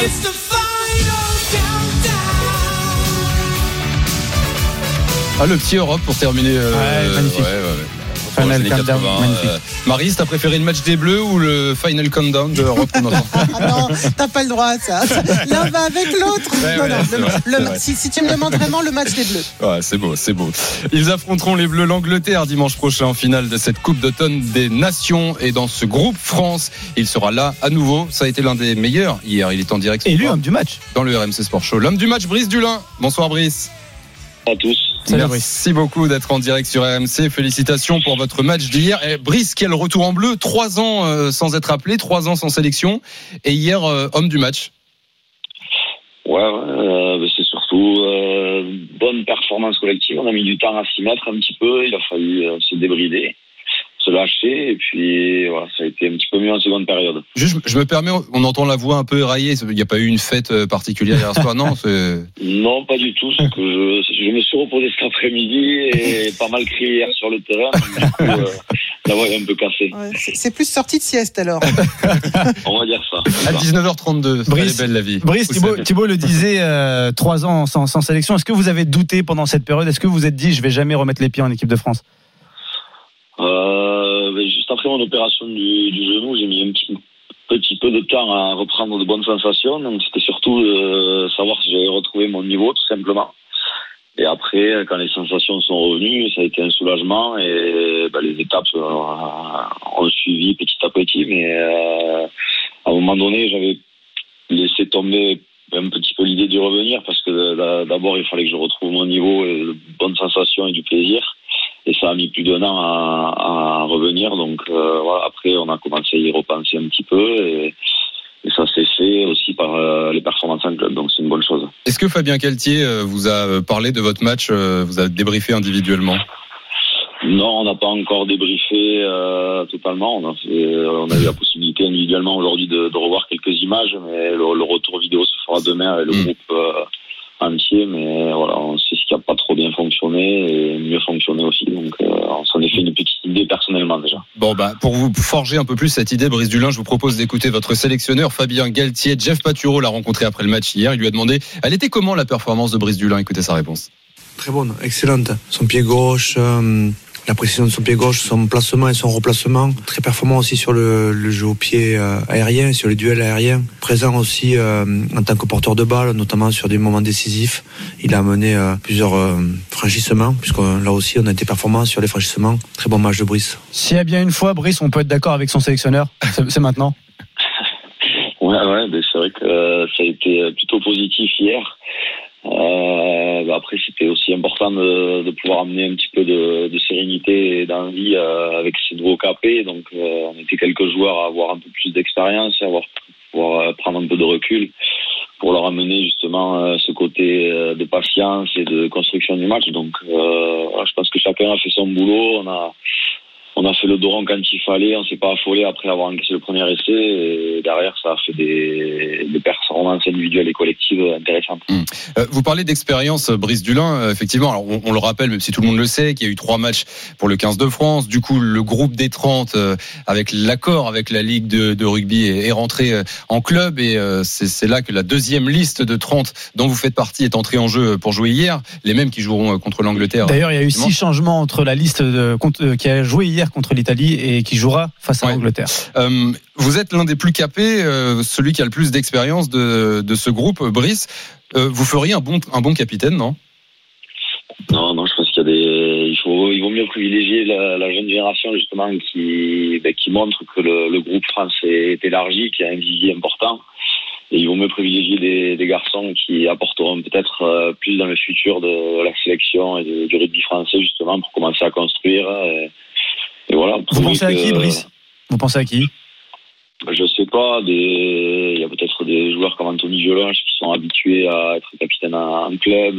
Le petit Europe pour terminer. Magnifique. Final Countdown, magnifique. Maryse, t'as préféré le match des Bleus ou le Final Countdown de Europe? Non, t'as pas le droit à ça. L'un va avec l'autre. Si tu me demandes vraiment le match des Bleus. Ouais, c'est beau. Ils affronteront les Bleus l'Angleterre dimanche prochain en finale de cette Coupe d'automne des Nations. Et dans ce groupe France, il sera là à nouveau. Ça a été l'un des meilleurs hier. Il est en direct. Et lui, homme du match. Dans le RMC Sport Show. L'homme du match, Brice Dulin. Bonsoir Brice. À tous. Merci beaucoup d'être en direct sur RMC. Félicitations pour votre match d'hier. Et Brice, quel retour en bleu. 3 ans sans être appelé, 3 ans sans sélection. Et hier, homme du match. C'est surtout bonne performance collective. On a mis du temps à s'y mettre un petit peu. Il a fallu se débrider, se lâcher, et puis ça a été un petit peu mieux en seconde période. Juste, je me permets, on entend la voix un peu éraillée. Il n'y a pas eu une fête particulière hier soir, non? Non, pas du tout. Je me suis reposé cet après-midi et pas mal crié hier sur le terrain. Du coup, la voix est un peu cassée. C'est plus sortie de sieste alors. On va dire ça. À 19h32, Brice, belle la vie. Brice, Thibaut le disait, 3 ans sans sélection. Est-ce que vous avez douté pendant cette période? Est-ce que vous vous êtes dit, je vais jamais remettre les pieds en équipe de France? Juste après mon opération du genou, j'ai mis un petit peu de temps à reprendre de bonnes sensations. Donc c'était surtout savoir si j'avais retrouvé mon niveau, tout simplement. Et après, quand les sensations sont revenues, ça a été un soulagement et les étapes ont suivi petit à petit. Mais à un moment donné, j'avais laissé tomber un petit peu l'idée d'y revenir parce que d'abord, il fallait que je retrouve mon niveau, et de bonnes sensations et du plaisir. Et ça a mis plus d'1 an à revenir. Donc après, on a commencé à y repenser un petit peu et ça s'est fait aussi par les performances en club. Donc c'est une bonne chose. Est-ce que Fabien Galtier vous a parlé de votre match, vous a débriefé individuellement? Non, on n'a pas encore débriefé totalement. On a eu la possibilité individuellement aujourd'hui de revoir quelques images, mais le retour vidéo se fera demain avec le groupe entier. Mais voilà, on sait ce qui n'a pas trop bien fonctionné et mieux fonctionné aussi. Donc, on s'en est fait une petite idée personnellement déjà. Bon, pour vous forger un peu plus cette idée, Brice Dulin, je vous propose d'écouter votre sélectionneur Fabien Galtier. Jeff Patureau l'a rencontré après le match hier. Il lui a demandé, elle était comment la performance de Brice Dulin? Écoutez sa réponse. Très bonne, excellente. Son pied gauche, la précision de son pied gauche, son placement et son replacement. Très performant aussi sur le jeu au pied aérien, sur les duels aériens. Présent aussi en tant que porteur de balle, notamment sur des moments décisifs. Il a mené plusieurs franchissements, puisque là aussi on a été performant sur les franchissements. Très bon match de Brice. S'il y a bien une fois, Brice, on peut être d'accord avec son sélectionneur, c'est maintenant. Ouais, c'est vrai que ça a été plutôt positif hier. Après, c'était aussi important de pouvoir amener un petit peu de sérénité et d'envie avec ces nouveaux capés. Donc, on était quelques joueurs à avoir un peu plus d'expérience et à pouvoir prendre un peu de recul pour leur amener justement ce côté de patience et de construction du match. Donc, je pense que chacun a fait son boulot. On a fait le dos rond quand il fallait, on s'est pas affolé après avoir encaissé le premier essai et derrière ça a fait des performances individuelles et collectives intéressantes. Vous parlez d'expérience, Brice Dulin, effectivement, alors on le rappelle même si tout le monde le sait, qu'il y a eu 3 matchs pour le 15 de France, du coup le groupe des 30 avec l'accord avec la Ligue de rugby est rentré en club et c'est là que la deuxième liste de 30 dont vous faites partie est entrée en jeu pour jouer hier, les mêmes qui joueront contre l'Angleterre. D'ailleurs il y a eu 6 changements entre la liste qui a joué hier contre l'Italie et qui jouera face à l'Angleterre. Vous êtes l'un des plus capés, celui qui a le plus d'expérience de ce groupe, Brice. Vous feriez un bon capitaine, non ? Non, je pense il vaut mieux privilégier la jeune génération justement qui montre que le groupe France est élargi, qui a un vivier important. Et il vaut mieux privilégier des garçons qui apporteront peut-être plus dans le futur de la sélection et du rugby français justement pour commencer à construire. Et voilà. Vous pensez à qui, Brice ? Vous pensez à qui ? Je sais pas. Il y a peut-être des joueurs comme Anthony Violange qui sont habitués à être capitaine en club,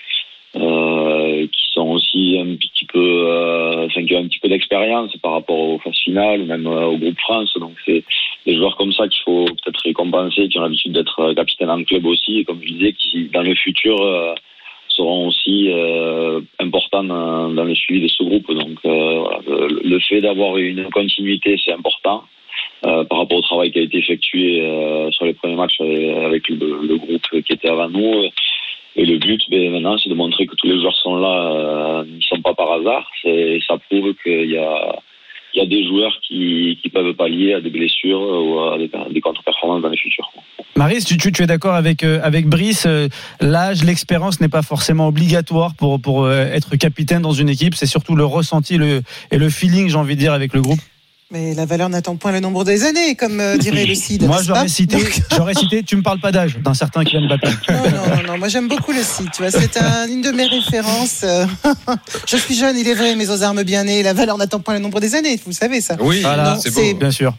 qui sont aussi un petit peu, qui ont un petit peu d'expérience par rapport aux phases finales ou même au groupe France. Donc c'est des joueurs comme ça qu'il faut peut-être récompenser, qui ont l'habitude d'être capitaine en club aussi, et comme je disais, qui dans le futur seront aussi importants dans le suivi de ce groupe. Donc voilà, le fait d'avoir une continuité, c'est important par rapport au travail qui a été effectué sur les premiers matchs avec le groupe qui était avant nous. Et le but, maintenant, c'est de montrer que tous les joueurs sont là, ils ne sont pas par hasard. Ça prouve qu'il y a des joueurs qui peuvent pallier à des blessures ou à des contre-performances dans le futur. Maryse, tu es d'accord avec Brice, l'âge, l'expérience n'est pas forcément obligatoire pour être capitaine dans une équipe, c'est surtout le ressenti et le feeling, j'ai envie de dire, avec le groupe. Mais la valeur n'attend point le nombre des années, comme dirait le CID. Moi, j'aurais cité, tu me parles pas d'âge, d'un certain Kylian Mbappé. Non, moi j'aime beaucoup le CID, tu vois, c'est une de mes références. Je suis jeune, il est vrai, mais aux armes bien nées, la valeur n'attend point le nombre des années, vous le savez ça. Oui, voilà, c'est beau, bien sûr.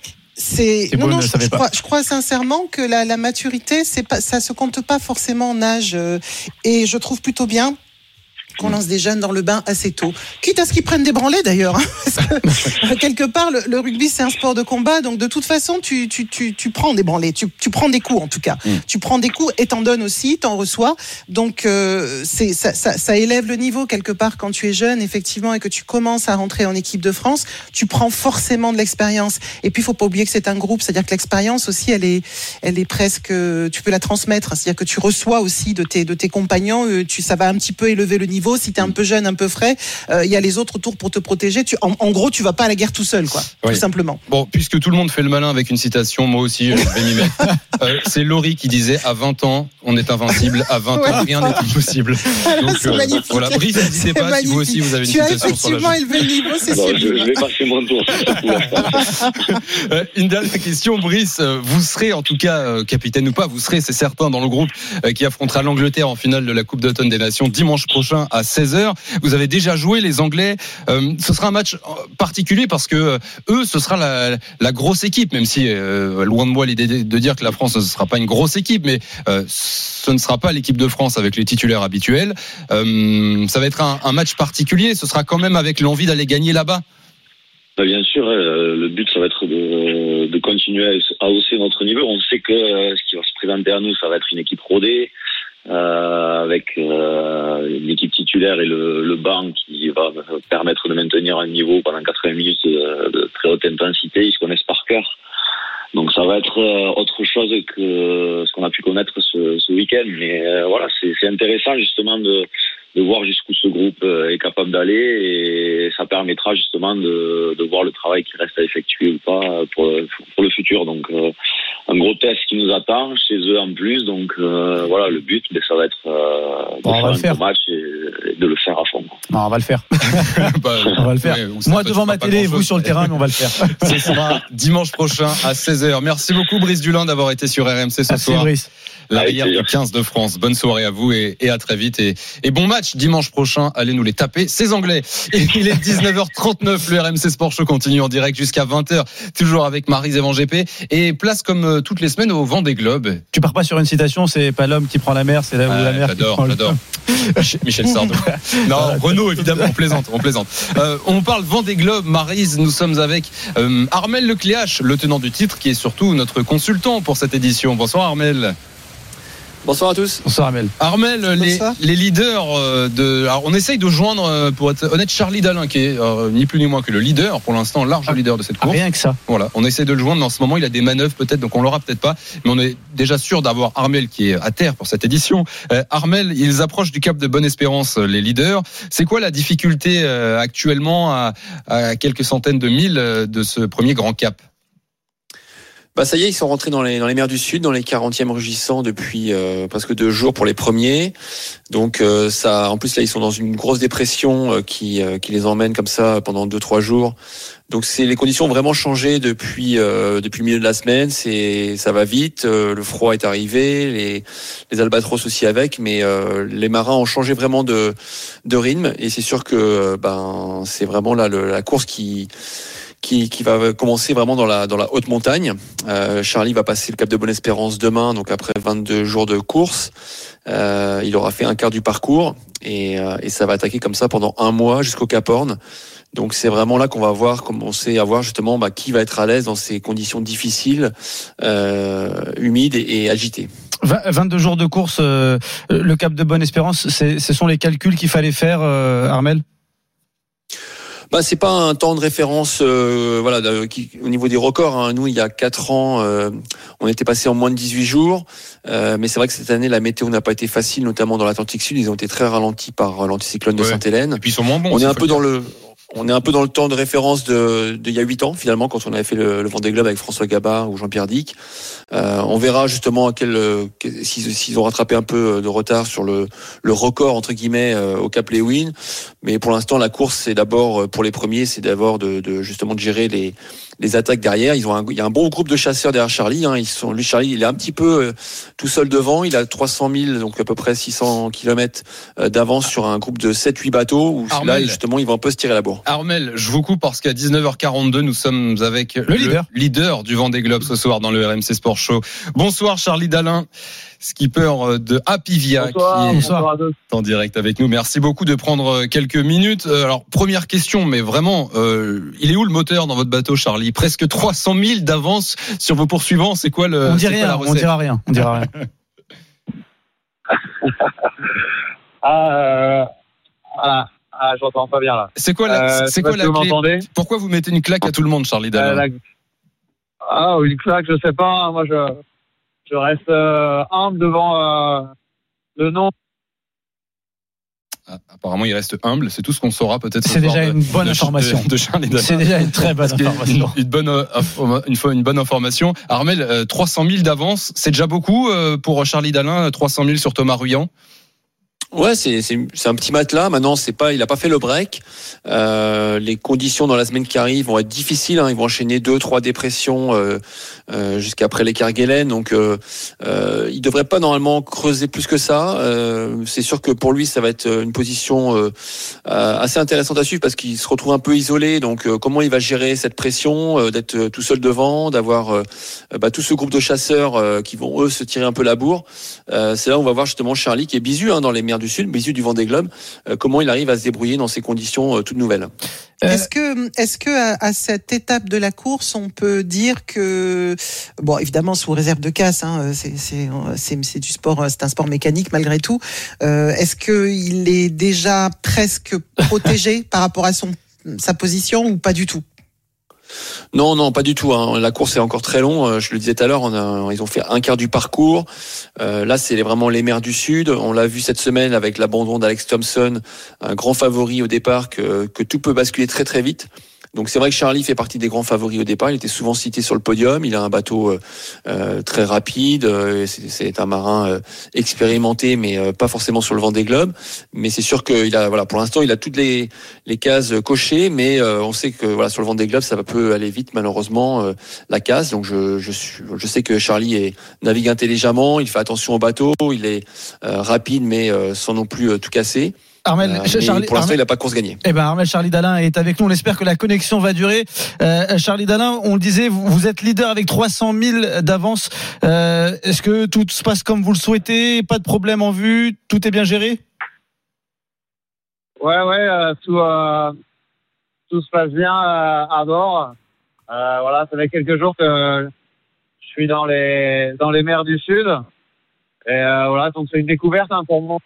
Je crois sincèrement que la maturité, ça se compte pas forcément en âge, et je trouve plutôt bien qu'on lance des jeunes dans le bain assez tôt. Quitte à ce qu'ils prennent des branlées d'ailleurs. Parce que, quelque part, le rugby, c'est un sport de combat. Donc, de toute façon, tu prends des branlées. Tu prends des coups, en tout cas. Tu prends des coups et t'en donnes aussi, t'en reçois. Donc, ça élève le niveau quelque part quand tu es jeune, effectivement, et que tu commences à rentrer en équipe de France. Tu prends forcément de l'expérience. Et puis, il faut pas oublier que c'est un groupe. C'est-à-dire que l'expérience aussi, elle est presque, tu peux la transmettre. C'est-à-dire que tu reçois aussi de tes compagnons. Ça va un petit peu élever le niveau. Si t'es un peu jeune, un peu frais, il y a les autres autour pour te protéger. En gros, tu vas pas à la guerre tout seul, quoi. Oui. Tout simplement. Bon, puisque tout le monde fait le malin avec une citation, moi aussi, je vais m'y mettre. C'est Laurie qui disait à 20 ans, on est invincible. À 20 ans, rien n'est impossible. Donc, c'est magnifique. Voilà, Brice, n'hésitez pas si vous aussi vous avez une citation sur la effectivement élevé le niveau, c'est sûr. Je vais passer mon tour. Une dernière question, Brice. Vous serez, en tout cas, capitaine ou pas, vous serez, c'est certain, dans le groupe qui affrontera l'Angleterre en finale de la Coupe d'automne des Nations dimanche prochain à 16h. Vous avez déjà joué les Anglais. Ce sera un match particulier parce que eux, ce sera la grosse équipe, même si loin de moi l'idée de dire que la France ne sera pas une grosse équipe, mais ce ne sera pas l'équipe de France avec les titulaires habituels. Ça va être un match particulier. Ce sera quand même avec l'envie d'aller gagner là-bas. Bien sûr, le but ça va être de continuer à hausser notre niveau. On sait que ce qui va se présenter à nous, ça va être une équipe rodée, avec une équipe titulaire et le banc qui va permettre de maintenir un niveau pendant 80 minutes de très haute intensité. Ils se connaissent par cœur. Donc ça va être autre chose que ce qu'on a pu connaître ce week-end. Mais voilà, c'est intéressant justement de voir jusqu'où ce groupe est capable d'aller, et ça permettra justement de voir le travail qui reste à effectuer ou pas pour le futur. Donc un gros test qui nous attend chez eux en plus. Donc voilà, le but, ça va être de faire un bon match et de le faire à fond. Non, on va le faire. On va le faire. Moi devant ma télé et vous sur le terrain, mais on va le faire. Ce sera dimanche prochain à 16h. Merci beaucoup Brice Dulin d'avoir été sur RMC ce soir. Brice. L'arrière du 15 de France. Bonne soirée à vous et à très vite. Et bon match dimanche prochain. Allez nous les taper, ces Anglais. Et il est 19h39. Le RMC Sport Show continue en direct jusqu'à 20h. Toujours avec Maryse et Van GP. Et place comme toutes les semaines au Vendée Globe. Tu pars pas sur une citation, c'est pas l'homme qui prend la mer, c'est la mer qui prend J'adore. Michel Sardou. Non, Renaud, évidemment, on plaisante. On parle Vendée Globe. Maryse, nous sommes avec Armel Lecléache, le tenant du titre, qui est surtout notre consultant pour cette édition. Bonsoir Armel. Bonsoir à tous. Bonsoir Armel. Armel, les leaders alors on essaye de joindre, pour être honnête, Charlie Dalin, qui est ni plus ni moins que le leader, pour l'instant, large leader de cette course. Rien que ça. Voilà, on essaie de le joindre. En ce moment, il a des manœuvres peut-être, donc on l'aura peut-être pas, mais on est déjà sûr d'avoir Armel qui est à terre pour cette édition. Armel, ils approchent du cap de Bonne-Espérance, les leaders. C'est quoi la difficulté actuellement à quelques centaines de milles de ce premier grand cap? Ça y est, ils sont rentrés dans les mers du Sud, dans les 40e rugissants depuis presque 2 jours pour les premiers. Donc ça, en plus là, ils sont dans une grosse dépression qui les emmène comme ça pendant 2-3 jours. Donc les conditions ont vraiment changé depuis le milieu de la semaine. Ça va vite, le froid est arrivé, les albatros aussi avec, mais les marins ont changé vraiment de rythme, et c'est sûr que c'est vraiment là la course qui va commencer vraiment dans la haute montagne. Charlie va passer le cap de Bonne-Espérance demain, donc après 22 jours de course. Il aura fait un quart du parcours, et ça va attaquer comme ça pendant 1 mois jusqu'au Cap Horn. Donc c'est vraiment là qu'on va commencer à voir justement qui va être à l'aise dans ces conditions difficiles, humides et agitées. 22 jours de course, le cap de Bonne-Espérance, ce sont les calculs qu'il fallait faire, Armel? C'est pas un temps de référence au niveau des records. Nous, il y a 4 ans, on était passé en moins de 18 jours. Mais c'est vrai que cette année, la météo n'a pas été facile, notamment dans l'Atlantique Sud. Ils ont été très ralentis par l'anticyclone de Sainte-Hélène. Et puis ils sont moins bons. On est un peu dans le temps de référence de il y a 8 ans, finalement, quand on avait fait le Vendée Globe avec François Gabard ou Jean-Pierre Dick. On verra justement s'ils ont rattrapé un peu de retard sur le record, entre guillemets, au Cap Léwin. Mais pour l'instant, la course, c'est d'abord, pour les premiers, c'est d'abord justement de gérer les attaques derrière. Il y a un bon groupe de chasseurs derrière Charlie. Charlie, il est un petit peu tout seul devant. Il a 300 000, donc à peu près 600 km d'avance sur un groupe de 7-8 bateaux où là, justement, ils vont un peu se tirer la bourre. Armel, je vous coupe parce qu'à 19h42, nous sommes avec le leader du Vendée Globe ce soir dans le RMC Sport Show. Bonsoir Charlie Dalin, skipper de Apivia, qui est en direct avec nous. Merci beaucoup de prendre quelques minutes. Alors, première question, mais vraiment, il est où le moteur dans votre bateau, Charlie? Presque 300 000 d'avance sur vos poursuivants. C'est quoi on dira rien. J'entends pas bien là. C'est quoi la clé? Pourquoi vous mettez une claque à tout le monde, Charlie Dalin? Une claque, je sais pas. Moi, je reste humble devant le nom. Apparemment, il reste humble. C'est tout ce qu'on saura peut-être. C'est déjà une bonne information. De Charlie Dalin. C'est déjà une très bonne information. Une bonne information. Armel, 300 000 d'avance, c'est déjà beaucoup pour Charlie Dalin. 300 000 sur Thomas Ruyant. Ouais, c'est un petit matelas. Maintenant, il a pas fait le break. Les conditions dans la semaine qui arrive vont être difficiles. Ils vont enchaîner 2-3 dépressions jusqu'après les Kerguelen. Donc, il devrait pas normalement creuser plus que ça. C'est sûr que pour lui, ça va être une position assez intéressante à suivre parce qu'il se retrouve un peu isolé. Donc, comment il va gérer cette pression d'être tout seul devant, d'avoir tout ce groupe de chasseurs qui vont eux se tirer un peu la bourre. C'est là où on va voir justement Charlie qui est bisu dans les mers du Sud, bisu du Vendée Globe, comment il arrive à se débrouiller dans ces conditions toutes nouvelles. Est-ce que à cette étape de la course, on peut dire que, bon, évidemment sous réserve de casse, c'est du sport, c'est un sport mécanique malgré tout. Est-ce qu'il est déjà presque protégé par rapport à sa position ou pas du tout? Non, pas du tout. La course est encore très long. Je le disais tout à l'heure, ils ont fait un quart du parcours. Là, c'est vraiment les mers du Sud. On l'a vu cette semaine avec l'abandon d'Alex Thompson, un grand favori au départ, que tout peut basculer très très vite. Donc c'est vrai que Charlie fait partie des grands favoris au départ. Il était souvent cité sur le podium. Il a un bateau très rapide. C'est un marin expérimenté, mais pas forcément sur le Vendée Globe. Mais c'est sûr qu'il a, pour l'instant, il a toutes les cases cochées. Mais on sait que sur le Vendée Globe, ça peut aller vite, malheureusement, la case. Donc je sais que Charlie navigue intelligemment. Il fait attention au bateau. Il est rapide, mais sans non plus tout casser. Armel, pour l'instant, il n'a pas de course gagnée. Armel, Charlie Dalin est avec nous. On espère que la connexion va durer. Charlie Dalin, on le disait, vous êtes leader avec 300 000 d'avance. Est-ce que tout se passe comme vous le souhaitez? Pas de problème en vue? Tout est bien géré? Ouais, tout se passe bien à bord. Ça fait quelques jours que je suis dans les mers du Sud. Et donc c'est une découverte pour moi.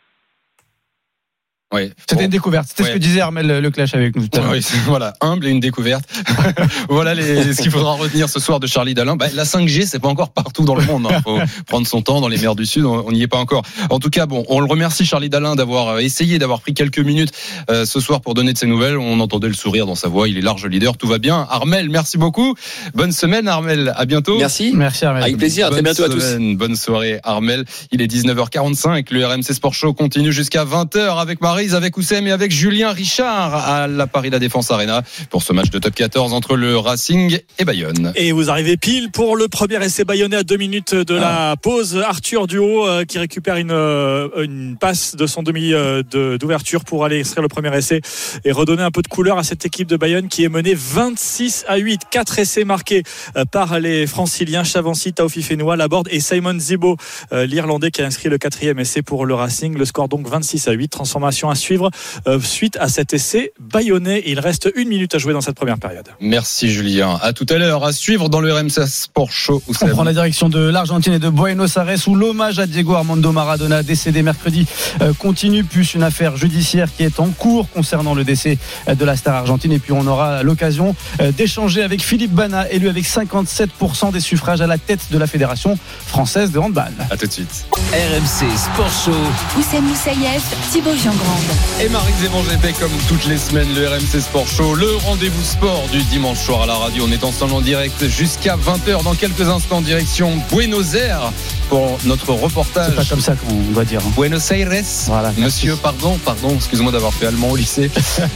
Oui. C'était une découverte. C'était ce que disait Armel Leclèche avec nous tout à l'heure. Oui, voilà, humble et une découverte. Voilà ce qu'il faudra retenir ce soir de Charlie Dalin. La 5G, c'est pas encore partout dans le monde. Il faut prendre son temps dans les mers du Sud. On n'y est pas encore. En tout cas, on le remercie Charlie Dalin d'avoir pris quelques minutes ce soir pour donner de ses nouvelles. On entendait le sourire dans sa voix. Il est large leader. Tout va bien. Armel, merci beaucoup. Bonne semaine, Armel. À bientôt. Merci Armel. Avec plaisir. À très bientôt à tous. Bonne soirée, Armel. Il est 19h45. Le RMC Sport Show continue jusqu'à 20h avec Maryse, avec Oussem et avec Julien Richard à la Paris La Défense Arena pour ce match de top 14 entre le Racing et Bayonne. Et vous arrivez pile pour le premier essai bayonnais à 2 minutes de la pause. Arthur Duhaut qui récupère une passe de son demi d'ouverture pour aller extraire le premier essai et redonner un peu de couleur à cette équipe de Bayonne qui est menée 26-8. 4 essais marqués par les Franciliens Chavancy, Taofi Fenoua, Laborde et Simon Zibo, l'Irlandais qui a inscrit le 4e essai pour le Racing. Le score donc 26-8. Transformation à suivre suite à cet essai bayonnais. Il reste 1 minute à jouer dans cette première période. Merci Julien. À tout à l'heure. À suivre dans le RMC Sport Show. On prend la direction de l'Argentine et de Buenos Aires où l'hommage à Diego Armando Maradona décédé mercredi continue, plus une affaire judiciaire qui est en cours concernant le décès de la star argentine. Et puis on aura l'occasion d'échanger avec Philippe Bana, élu avec 57% des suffrages à la tête de la Fédération française de handball. À tout de suite. RMC Sport Show. Oussem Moussaïef, Thibaut Giangrande. Et Marie Zévan GP comme toutes les semaines, le RMC Sport Show, le rendez-vous sport du dimanche soir à la radio. On est ensemble en direct jusqu'à 20h. Dans quelques instants, direction Buenos Aires pour notre reportage. C'est pas comme ça qu'on va dire. Buenos Aires. Voilà. Monsieur, pardon, excuse-moi d'avoir fait allemand au lycée.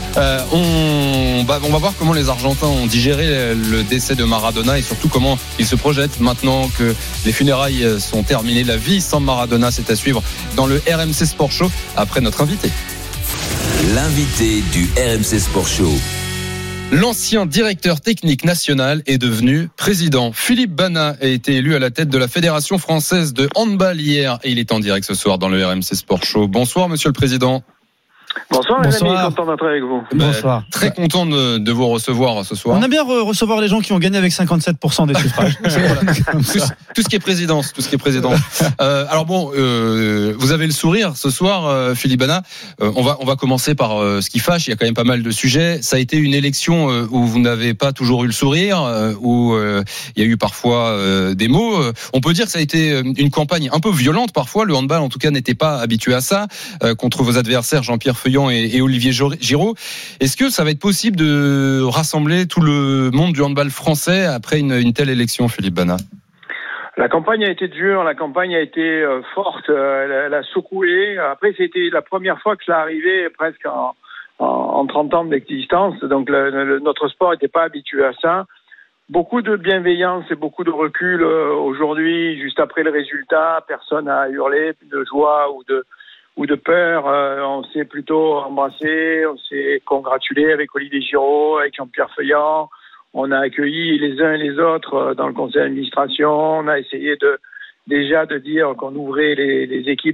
On va voir comment les Argentins ont digéré le décès de Maradona et surtout comment ils se projettent maintenant que les funérailles sont terminées. La vie sans Maradona, c'est à suivre dans le RMC Sport Show après notre invité. L'invité du RMC Sport Show. L'ancien directeur technique national est devenu président. Philippe Bana a été élu à la tête de la Fédération française de handball hier et il est en direct ce soir dans le RMC Sport Show. Bonsoir Monsieur le Président. Bonsoir les amis, content d'être avec vous. Bonsoir. Très content de vous recevoir ce soir. On aime bien recevoir les gens qui ont gagné avec 57% des suffrages. Tout ce qui est présidence, alors vous avez le sourire ce soir, Philippe Bana. On va commencer par ce qui fâche. Il y a quand même pas mal de sujets. Ça a été une élection où vous n'avez pas toujours eu le sourire, où il y a eu parfois des mots. On peut dire que ça a été une campagne un peu violente parfois. Le handball, en tout cas, n'était pas habitué à ça contre vos adversaires Jean-Pierre Feuillant et Olivier Giraud. Est-ce que ça va être possible de rassembler tout le monde du handball français après une telle élection, Philippe Bana ? La campagne a été dure, la campagne a été forte, elle a secoué. Après, c'était la première fois que cela arrivait presque en 30 ans d'existence. Donc notre sport n'était pas habitué à ça. Beaucoup de bienveillance et beaucoup de recul aujourd'hui, juste après le résultat. Personne n'a hurlé de joie ou de peur. On s'est plutôt embrassé, on s'est congratulé avec Olivier Giraud, avec Jean-Pierre Feuillant. On a accueilli les uns et les autres dans le conseil d'administration. On a essayé déjà de dire qu'on ouvrait les équipes.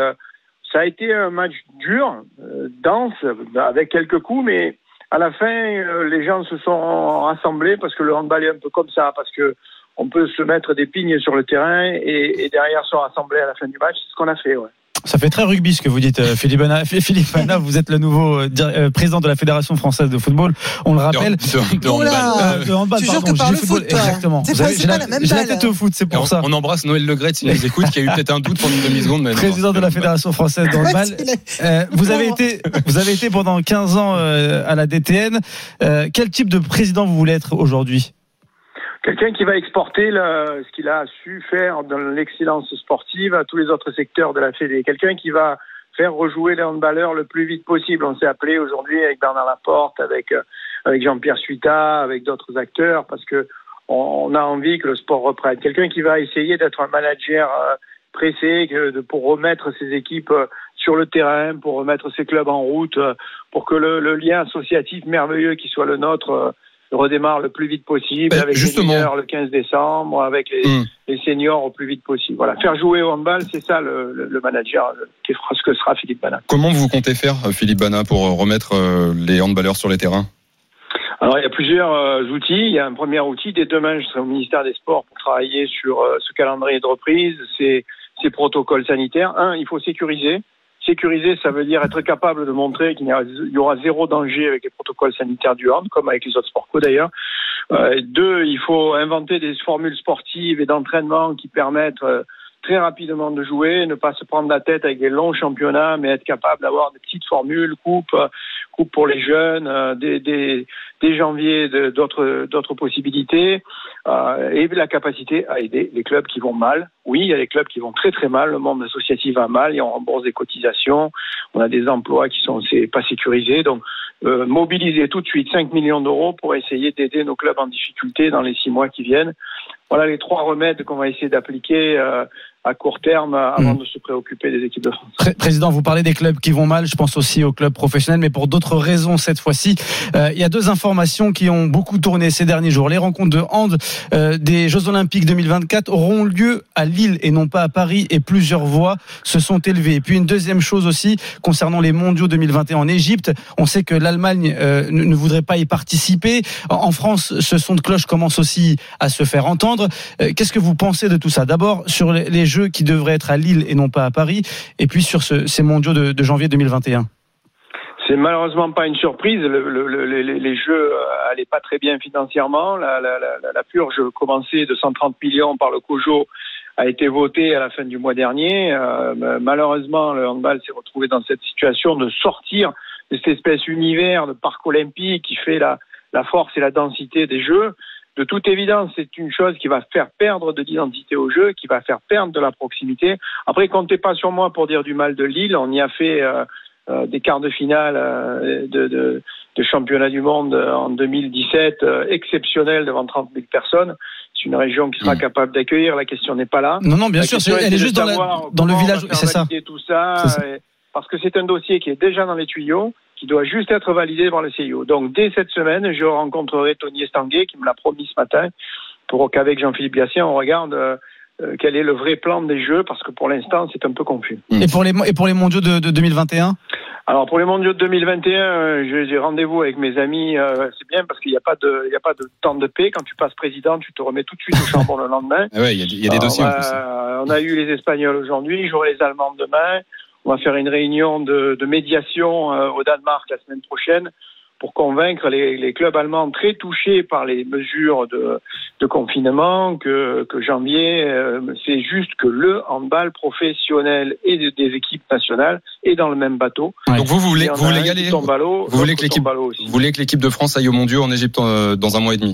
Ça a été un match dur, dense, avec quelques coups, mais à la fin, les gens se sont rassemblés parce que le handball est un peu comme ça, parce que on peut se mettre des pignes sur le terrain et derrière se rassembler à la fin du match. C'est ce qu'on a fait, ouais. Ça fait très rugby ce que vous dites, Philippe Bana. Philippe Bana, vous êtes le nouveau président de la Fédération française de football. On le rappelle. De handball. De handball, tu jures pardon. que par le foot, exactement. C'est pas la même j'ai la balle. tête au foot, c'est pour ça. On embrasse Noël Le Gret s'il nous écoute, qui a eu peut-être un doute pendant une demi-seconde. Mais président de la Fédération française de handball. Vous avez été pendant 15 ans à la DTN. Quel type de président vous voulez être aujourd'hui ? Quelqu'un qui va exporter ce qu'il a su faire dans l'excellence sportive à tous les autres secteurs de la Fédé. Quelqu'un qui va faire rejouer les handballeurs le plus vite possible. On s'est appelé aujourd'hui avec Bernard Laporte, avec Jean-Pierre Suita, avec d'autres acteurs, parce que on a envie que le sport reprenne. Quelqu'un qui va essayer d'être un manager pressé pour remettre ses équipes sur le terrain, pour remettre ses clubs en route, pour que le lien associatif merveilleux qui soit le nôtre redémarre le plus vite possible, avec justement les mineurs le 15 décembre, avec les seniors au plus vite possible. Voilà, faire jouer au handball, c'est ça le manager ce que sera Philippe Bana. Comment vous comptez faire, Philippe Bana, pour remettre les handballeurs sur les terrains ? Alors, il y a plusieurs outils. Il y a un premier outil. Dès demain, je serai au ministère des Sports pour travailler sur ce calendrier de reprise, ces protocoles sanitaires. Il faut sécuriser. Sécuriser, ça veut dire être capable de montrer qu'il y aura zéro danger avec les protocoles sanitaires du hand, comme avec les autres sports co d'ailleurs. 2, il faut inventer des formules sportives et d'entraînement qui permettent très rapidement de jouer, ne pas se prendre la tête avec des longs championnats, mais être capable d'avoir des petites formules, coupe pour les jeunes, dès janvier d'autres possibilités, et la capacité à aider les clubs qui vont mal. Oui, il y a des clubs qui vont très très mal, le monde associatif va mal, et on rembourse des cotisations, on a des emplois qui sont pas sécurisés, donc mobiliser tout de suite 5 millions d'euros pour essayer d'aider nos clubs en difficulté dans les 6 mois qui viennent. Voilà les 3 remèdes qu'on va essayer d'appliquer à court terme avant de se préoccuper des équipes de France. Président, vous parlez des clubs qui vont mal, je pense aussi aux clubs professionnels, mais pour d'autres raisons cette fois-ci. Il y a 2 informations qui ont beaucoup tourné ces derniers jours. Les rencontres de hand des Jeux Olympiques 2024 auront lieu à Lille et non pas à Paris, et plusieurs voix se sont élevées. Et puis une deuxième chose aussi concernant les mondiaux 2021 en Égypte. On sait que l'Allemagne ne voudrait pas y participer. En France, ce son de cloche commence aussi à se faire entendre. Qu'est-ce que vous pensez de tout ça ? D'abord sur les Jeux qui devraient être à Lille et non pas à Paris, et puis sur ces mondiaux de janvier 2021. C'est malheureusement pas une surprise. Les Jeux allaient pas très bien financièrement. La purge commencée de 130 millions par le COJO a été votée à la fin du mois dernier. Malheureusement, le handball s'est retrouvé dans cette situation de sortir de cette espèce univers de parc olympique qui fait la force et la densité des Jeux. De toute évidence, c'est une chose qui va faire perdre de l'identité au jeu, qui va faire perdre de la proximité. Après, comptez pas sur moi pour dire du mal de Lille. On y a fait des quarts de finale de championnat du monde en 2017 exceptionnel devant 30 000 personnes. C'est une région qui sera capable d'accueillir. La question n'est pas là. Non, bien sûr, elle est juste dans le village. C'est ça. Tout ça, parce que c'est un dossier qui est déjà dans les tuyaux, qui doit juste être validé par le CIO. Donc, dès cette semaine, je rencontrerai Tony Estanguet, qui me l'a promis ce matin, pour qu'avec Jean-Philippe Gatien, on regarde quel est le vrai plan des Jeux, parce que pour l'instant, c'est un peu confus. Et pour les mondiaux de 2021 ? Alors, pour les mondiaux de 2021, j'ai rendez-vous avec mes amis. C'est bien parce qu'il n'y a pas de temps de paix. Quand tu passes président, tu te remets tout de suite au charbon le lendemain. Ah ouais, il y a des dossiers en plus. On a eu les Espagnols aujourd'hui, j'aurai les Allemands demain. On va faire une réunion de médiation au Danemark la semaine prochaine pour convaincre les clubs allemands très touchés par les mesures de confinement que janvier, c'est juste que le handball professionnel et des équipes nationales est dans le même bateau. Ouais. Donc vous voulez y aller ? Vous voulez que l'équipe de France aille aux mondiaux en Égypte dans un mois et demi ?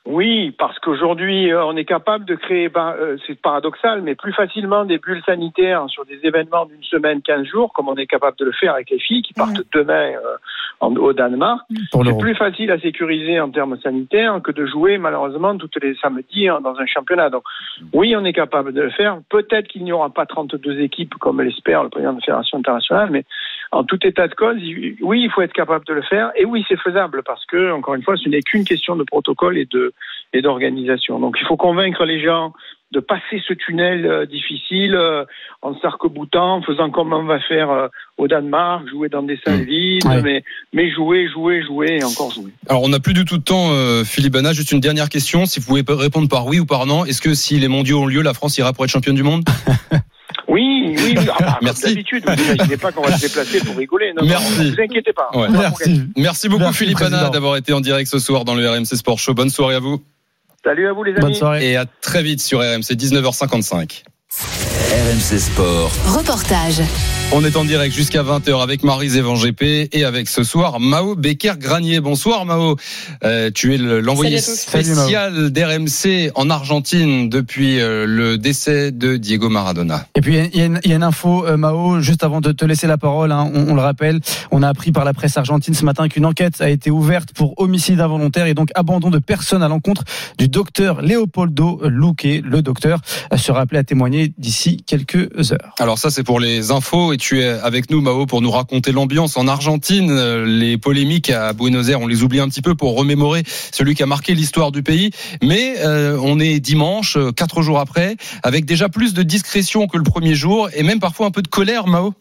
Oui, parce qu'aujourd'hui, on est capable de créer, c'est paradoxal, mais plus facilement des bulles sanitaires sur des événements d'une semaine, 15 jours, comme on est capable de le faire avec les filles qui partent demain au Danemark. C'est plus facile à sécuriser en termes sanitaires que de jouer, malheureusement, tous les samedis dans un championnat. Donc, oui, on est capable de le faire. Peut-être qu'il n'y aura pas 32 équipes, comme l'espère le président de la Fédération internationale, mais en tout état de cause, oui, il faut être capable de le faire. Et oui, c'est faisable, parce que, encore une fois, ce n'est qu'une question de protocole et d'organisation. Donc il faut convaincre les gens de passer ce tunnel difficile en s'arc-boutant, en faisant comme on va faire au Danemark, jouer dans des salles vides, mais jouer et encore jouer. Alors on n'a plus du tout de temps, Philippe Bana, juste une dernière question, si vous pouvez répondre par oui ou par non, est-ce que si les mondiaux ont lieu, la France ira pour être championne du monde? Oui. Merci. D'habitude, vous n'imaginez pas qu'on va se déplacer pour rigoler. Non, merci. Ne vous inquiétez pas. Ouais. Merci beaucoup, Philippe Bana, d'avoir été en direct ce soir dans le RMC Sport Show. Bonne soirée à vous. Salut à vous, les amis. Bonne soirée. Et à très vite sur RMC, 19h55. RMC Sport. Reportage. On est en direct jusqu'à 20h avec Maryse Evan GP et avec ce soir Mao Becker-Granier. Bonsoir Mao, tu es l'envoyé spécial d'RMC en Argentine depuis le décès de Diego Maradona. Et puis il y a une info, Mao, juste avant de te laisser la parole, on le rappelle, on a appris par la presse argentine ce matin qu'une enquête a été ouverte pour homicide involontaire et donc abandon de personne à l'encontre du docteur Leopoldo Luque. Le docteur sera appelé à témoigner d'ici quelques heures. Alors ça c'est pour les infos et tu es avec nous Mao pour nous raconter l'ambiance en Argentine. Les polémiques à Buenos Aires, on les oublie un petit peu pour remémorer celui qui a marqué l'histoire du pays. Mais on est dimanche, 4 jours après, avec déjà plus de discrétion que le premier jour et même parfois un peu de colère, Mao.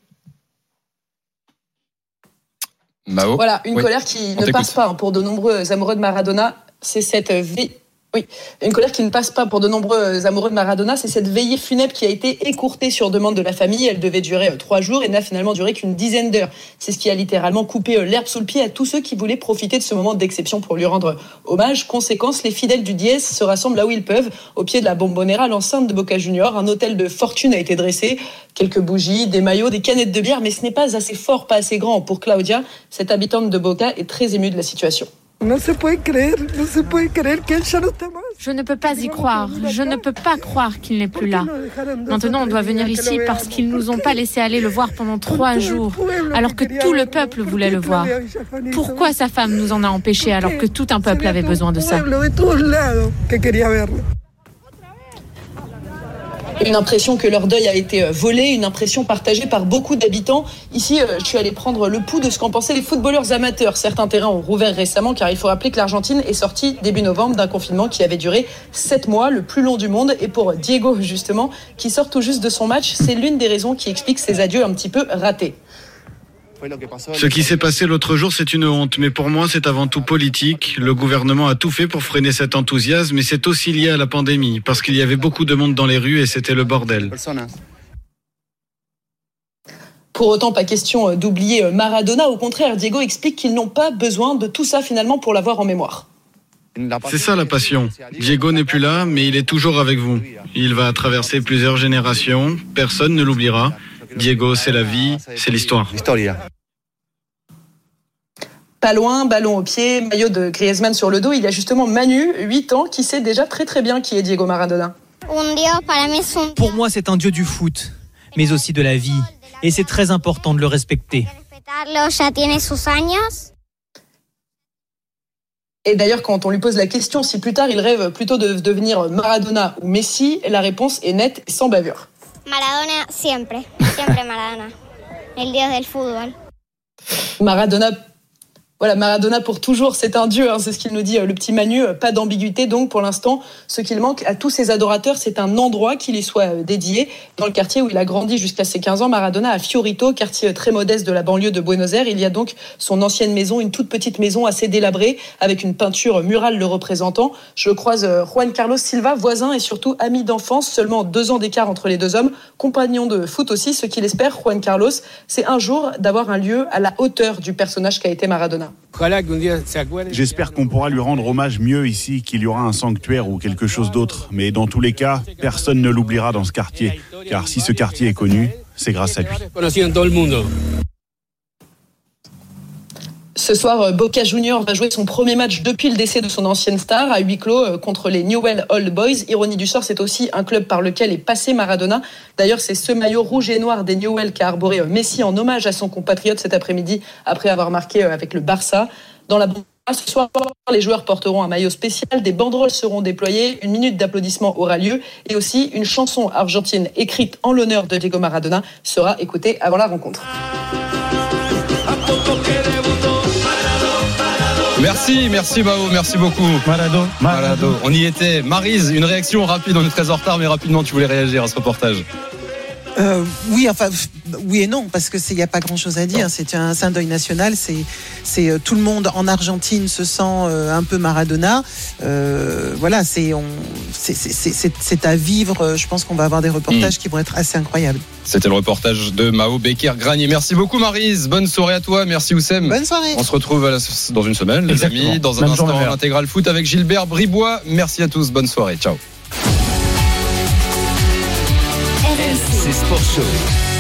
Voilà, une colère qui ne passe pas pour de nombreux amoureux de Maradona. C'est cette une colère qui ne passe pas pour de nombreux amoureux de Maradona, c'est cette veillée funèbre qui a été écourtée sur demande de la famille. Elle devait durer 3 jours et n'a finalement duré qu'une dizaine d'heures. C'est ce qui a littéralement coupé l'herbe sous le pied à tous ceux qui voulaient profiter de ce moment d'exception pour lui rendre hommage. Conséquence, les fidèles du 10 se rassemblent là où ils peuvent, au pied de la Bombonera, l'enceinte de Boca Juniors. Un hôtel de fortune a été dressé, quelques bougies, des maillots, des canettes de bière, mais ce n'est pas assez fort, pas assez grand pour Claudia. Cette habitante de Boca est très émue de la situation. Je ne peux pas y croire. Je ne peux pas croire qu'il n'est plus là. Maintenant, on doit venir ici parce qu'ils ne nous ont pas laissé aller le voir pendant 3 jours, alors que tout le peuple voulait le voir. Pourquoi sa femme nous en a empêchés alors que tout un peuple avait besoin de ça? Une impression que leur deuil a été volé, une impression partagée par beaucoup d'habitants. Ici, je suis allé prendre le pouls de ce qu'en pensaient les footballeurs amateurs. Certains terrains ont rouvert récemment car il faut rappeler que l'Argentine est sortie début novembre d'un confinement qui avait duré 7 mois, le plus long du monde. Et pour Diego, justement, qui sort tout juste de son match, c'est l'une des raisons qui explique ses adieux un petit peu ratés. Ce qui s'est passé l'autre jour, c'est une honte, mais pour moi, c'est avant tout politique. Le gouvernement a tout fait pour freiner cet enthousiasme, mais c'est aussi lié à la pandémie, parce qu'il y avait beaucoup de monde dans les rues et c'était le bordel. Pour autant, pas question d'oublier Maradona. Au contraire, Diego explique qu'ils n'ont pas besoin de tout ça finalement pour l'avoir en mémoire. C'est ça la passion. Diego n'est plus là, mais il est toujours avec vous. Il va traverser plusieurs générations, personne ne l'oubliera. Diego, c'est la vie, c'est l'histoire. Pas loin, ballon au pied, maillot de Griezmann sur le dos. Il y a justement Manu, 8 ans, qui sait déjà très très bien qui est Diego Maradona. Pour moi, c'est un dieu du foot, mais aussi de la vie. Et c'est très important de le respecter. Et d'ailleurs, quand on lui pose la question si plus tard il rêve plutôt de devenir Maradona ou Messi, la réponse est nette et sans bavure. Maradona siempre Maradona, el dios del fútbol. Maradona pour toujours, c'est un dieu, c'est ce qu'il nous dit le petit Manu, pas d'ambiguïté donc pour l'instant. Ce qu'il manque à tous ses adorateurs, c'est un endroit qui lui soit dédié. Dans le quartier où il a grandi jusqu'à ses 15 ans, Maradona à Fiorito, quartier très modeste de la banlieue de Buenos Aires, il y a donc son ancienne maison, une toute petite maison assez délabrée, avec une peinture murale le représentant. Je croise Juan Carlos Silva, voisin et surtout ami d'enfance, seulement 2 ans d'écart entre les deux hommes, compagnon de foot aussi. Ce qu'il espère, Juan Carlos, c'est un jour d'avoir un lieu à la hauteur du personnage qu'a été Maradona. J'espère qu'on pourra lui rendre hommage mieux ici, qu'il y aura un sanctuaire ou quelque chose d'autre. Mais dans tous les cas, personne ne l'oubliera dans ce quartier. Car si ce quartier est connu, c'est grâce à lui. Ce soir, Boca Juniors va jouer son premier match depuis le décès de son ancienne star à huis clos contre les Newell's Old Boys. Ironie du sort, c'est aussi un club par lequel est passé Maradona. D'ailleurs, c'est ce maillot rouge et noir des Newell's qu'a arboré Messi en hommage à son compatriote cet après-midi après avoir marqué avec le Barça. Dans la ce soir, les joueurs porteront un maillot spécial, des banderoles seront déployées, une minute d'applaudissement aura lieu et aussi une chanson argentine écrite en l'honneur de Diego Maradona sera écoutée avant la rencontre. Merci Mao, merci beaucoup. Marado. On y était. Maryse, une réaction rapide, on est très en retard, mais rapidement tu voulais réagir à ce reportage. Oui et non, parce que il y a pas grand chose à dire. C'est un deuil national. C'est tout le monde en Argentine se sent un peu Maradona. Voilà, c'est à vivre. Je pense qu'on va avoir des reportages qui vont être assez incroyables. C'était le reportage de Mao Becker-Granier. Merci beaucoup Maryse. Bonne soirée à toi. Merci Oussem. Bonne soirée. On se retrouve dans une semaine, les amis. Dans un instant, l'intégral foot avec Gilbert Bribois. Merci à tous. Bonne soirée. Ciao. RMC Sport Show.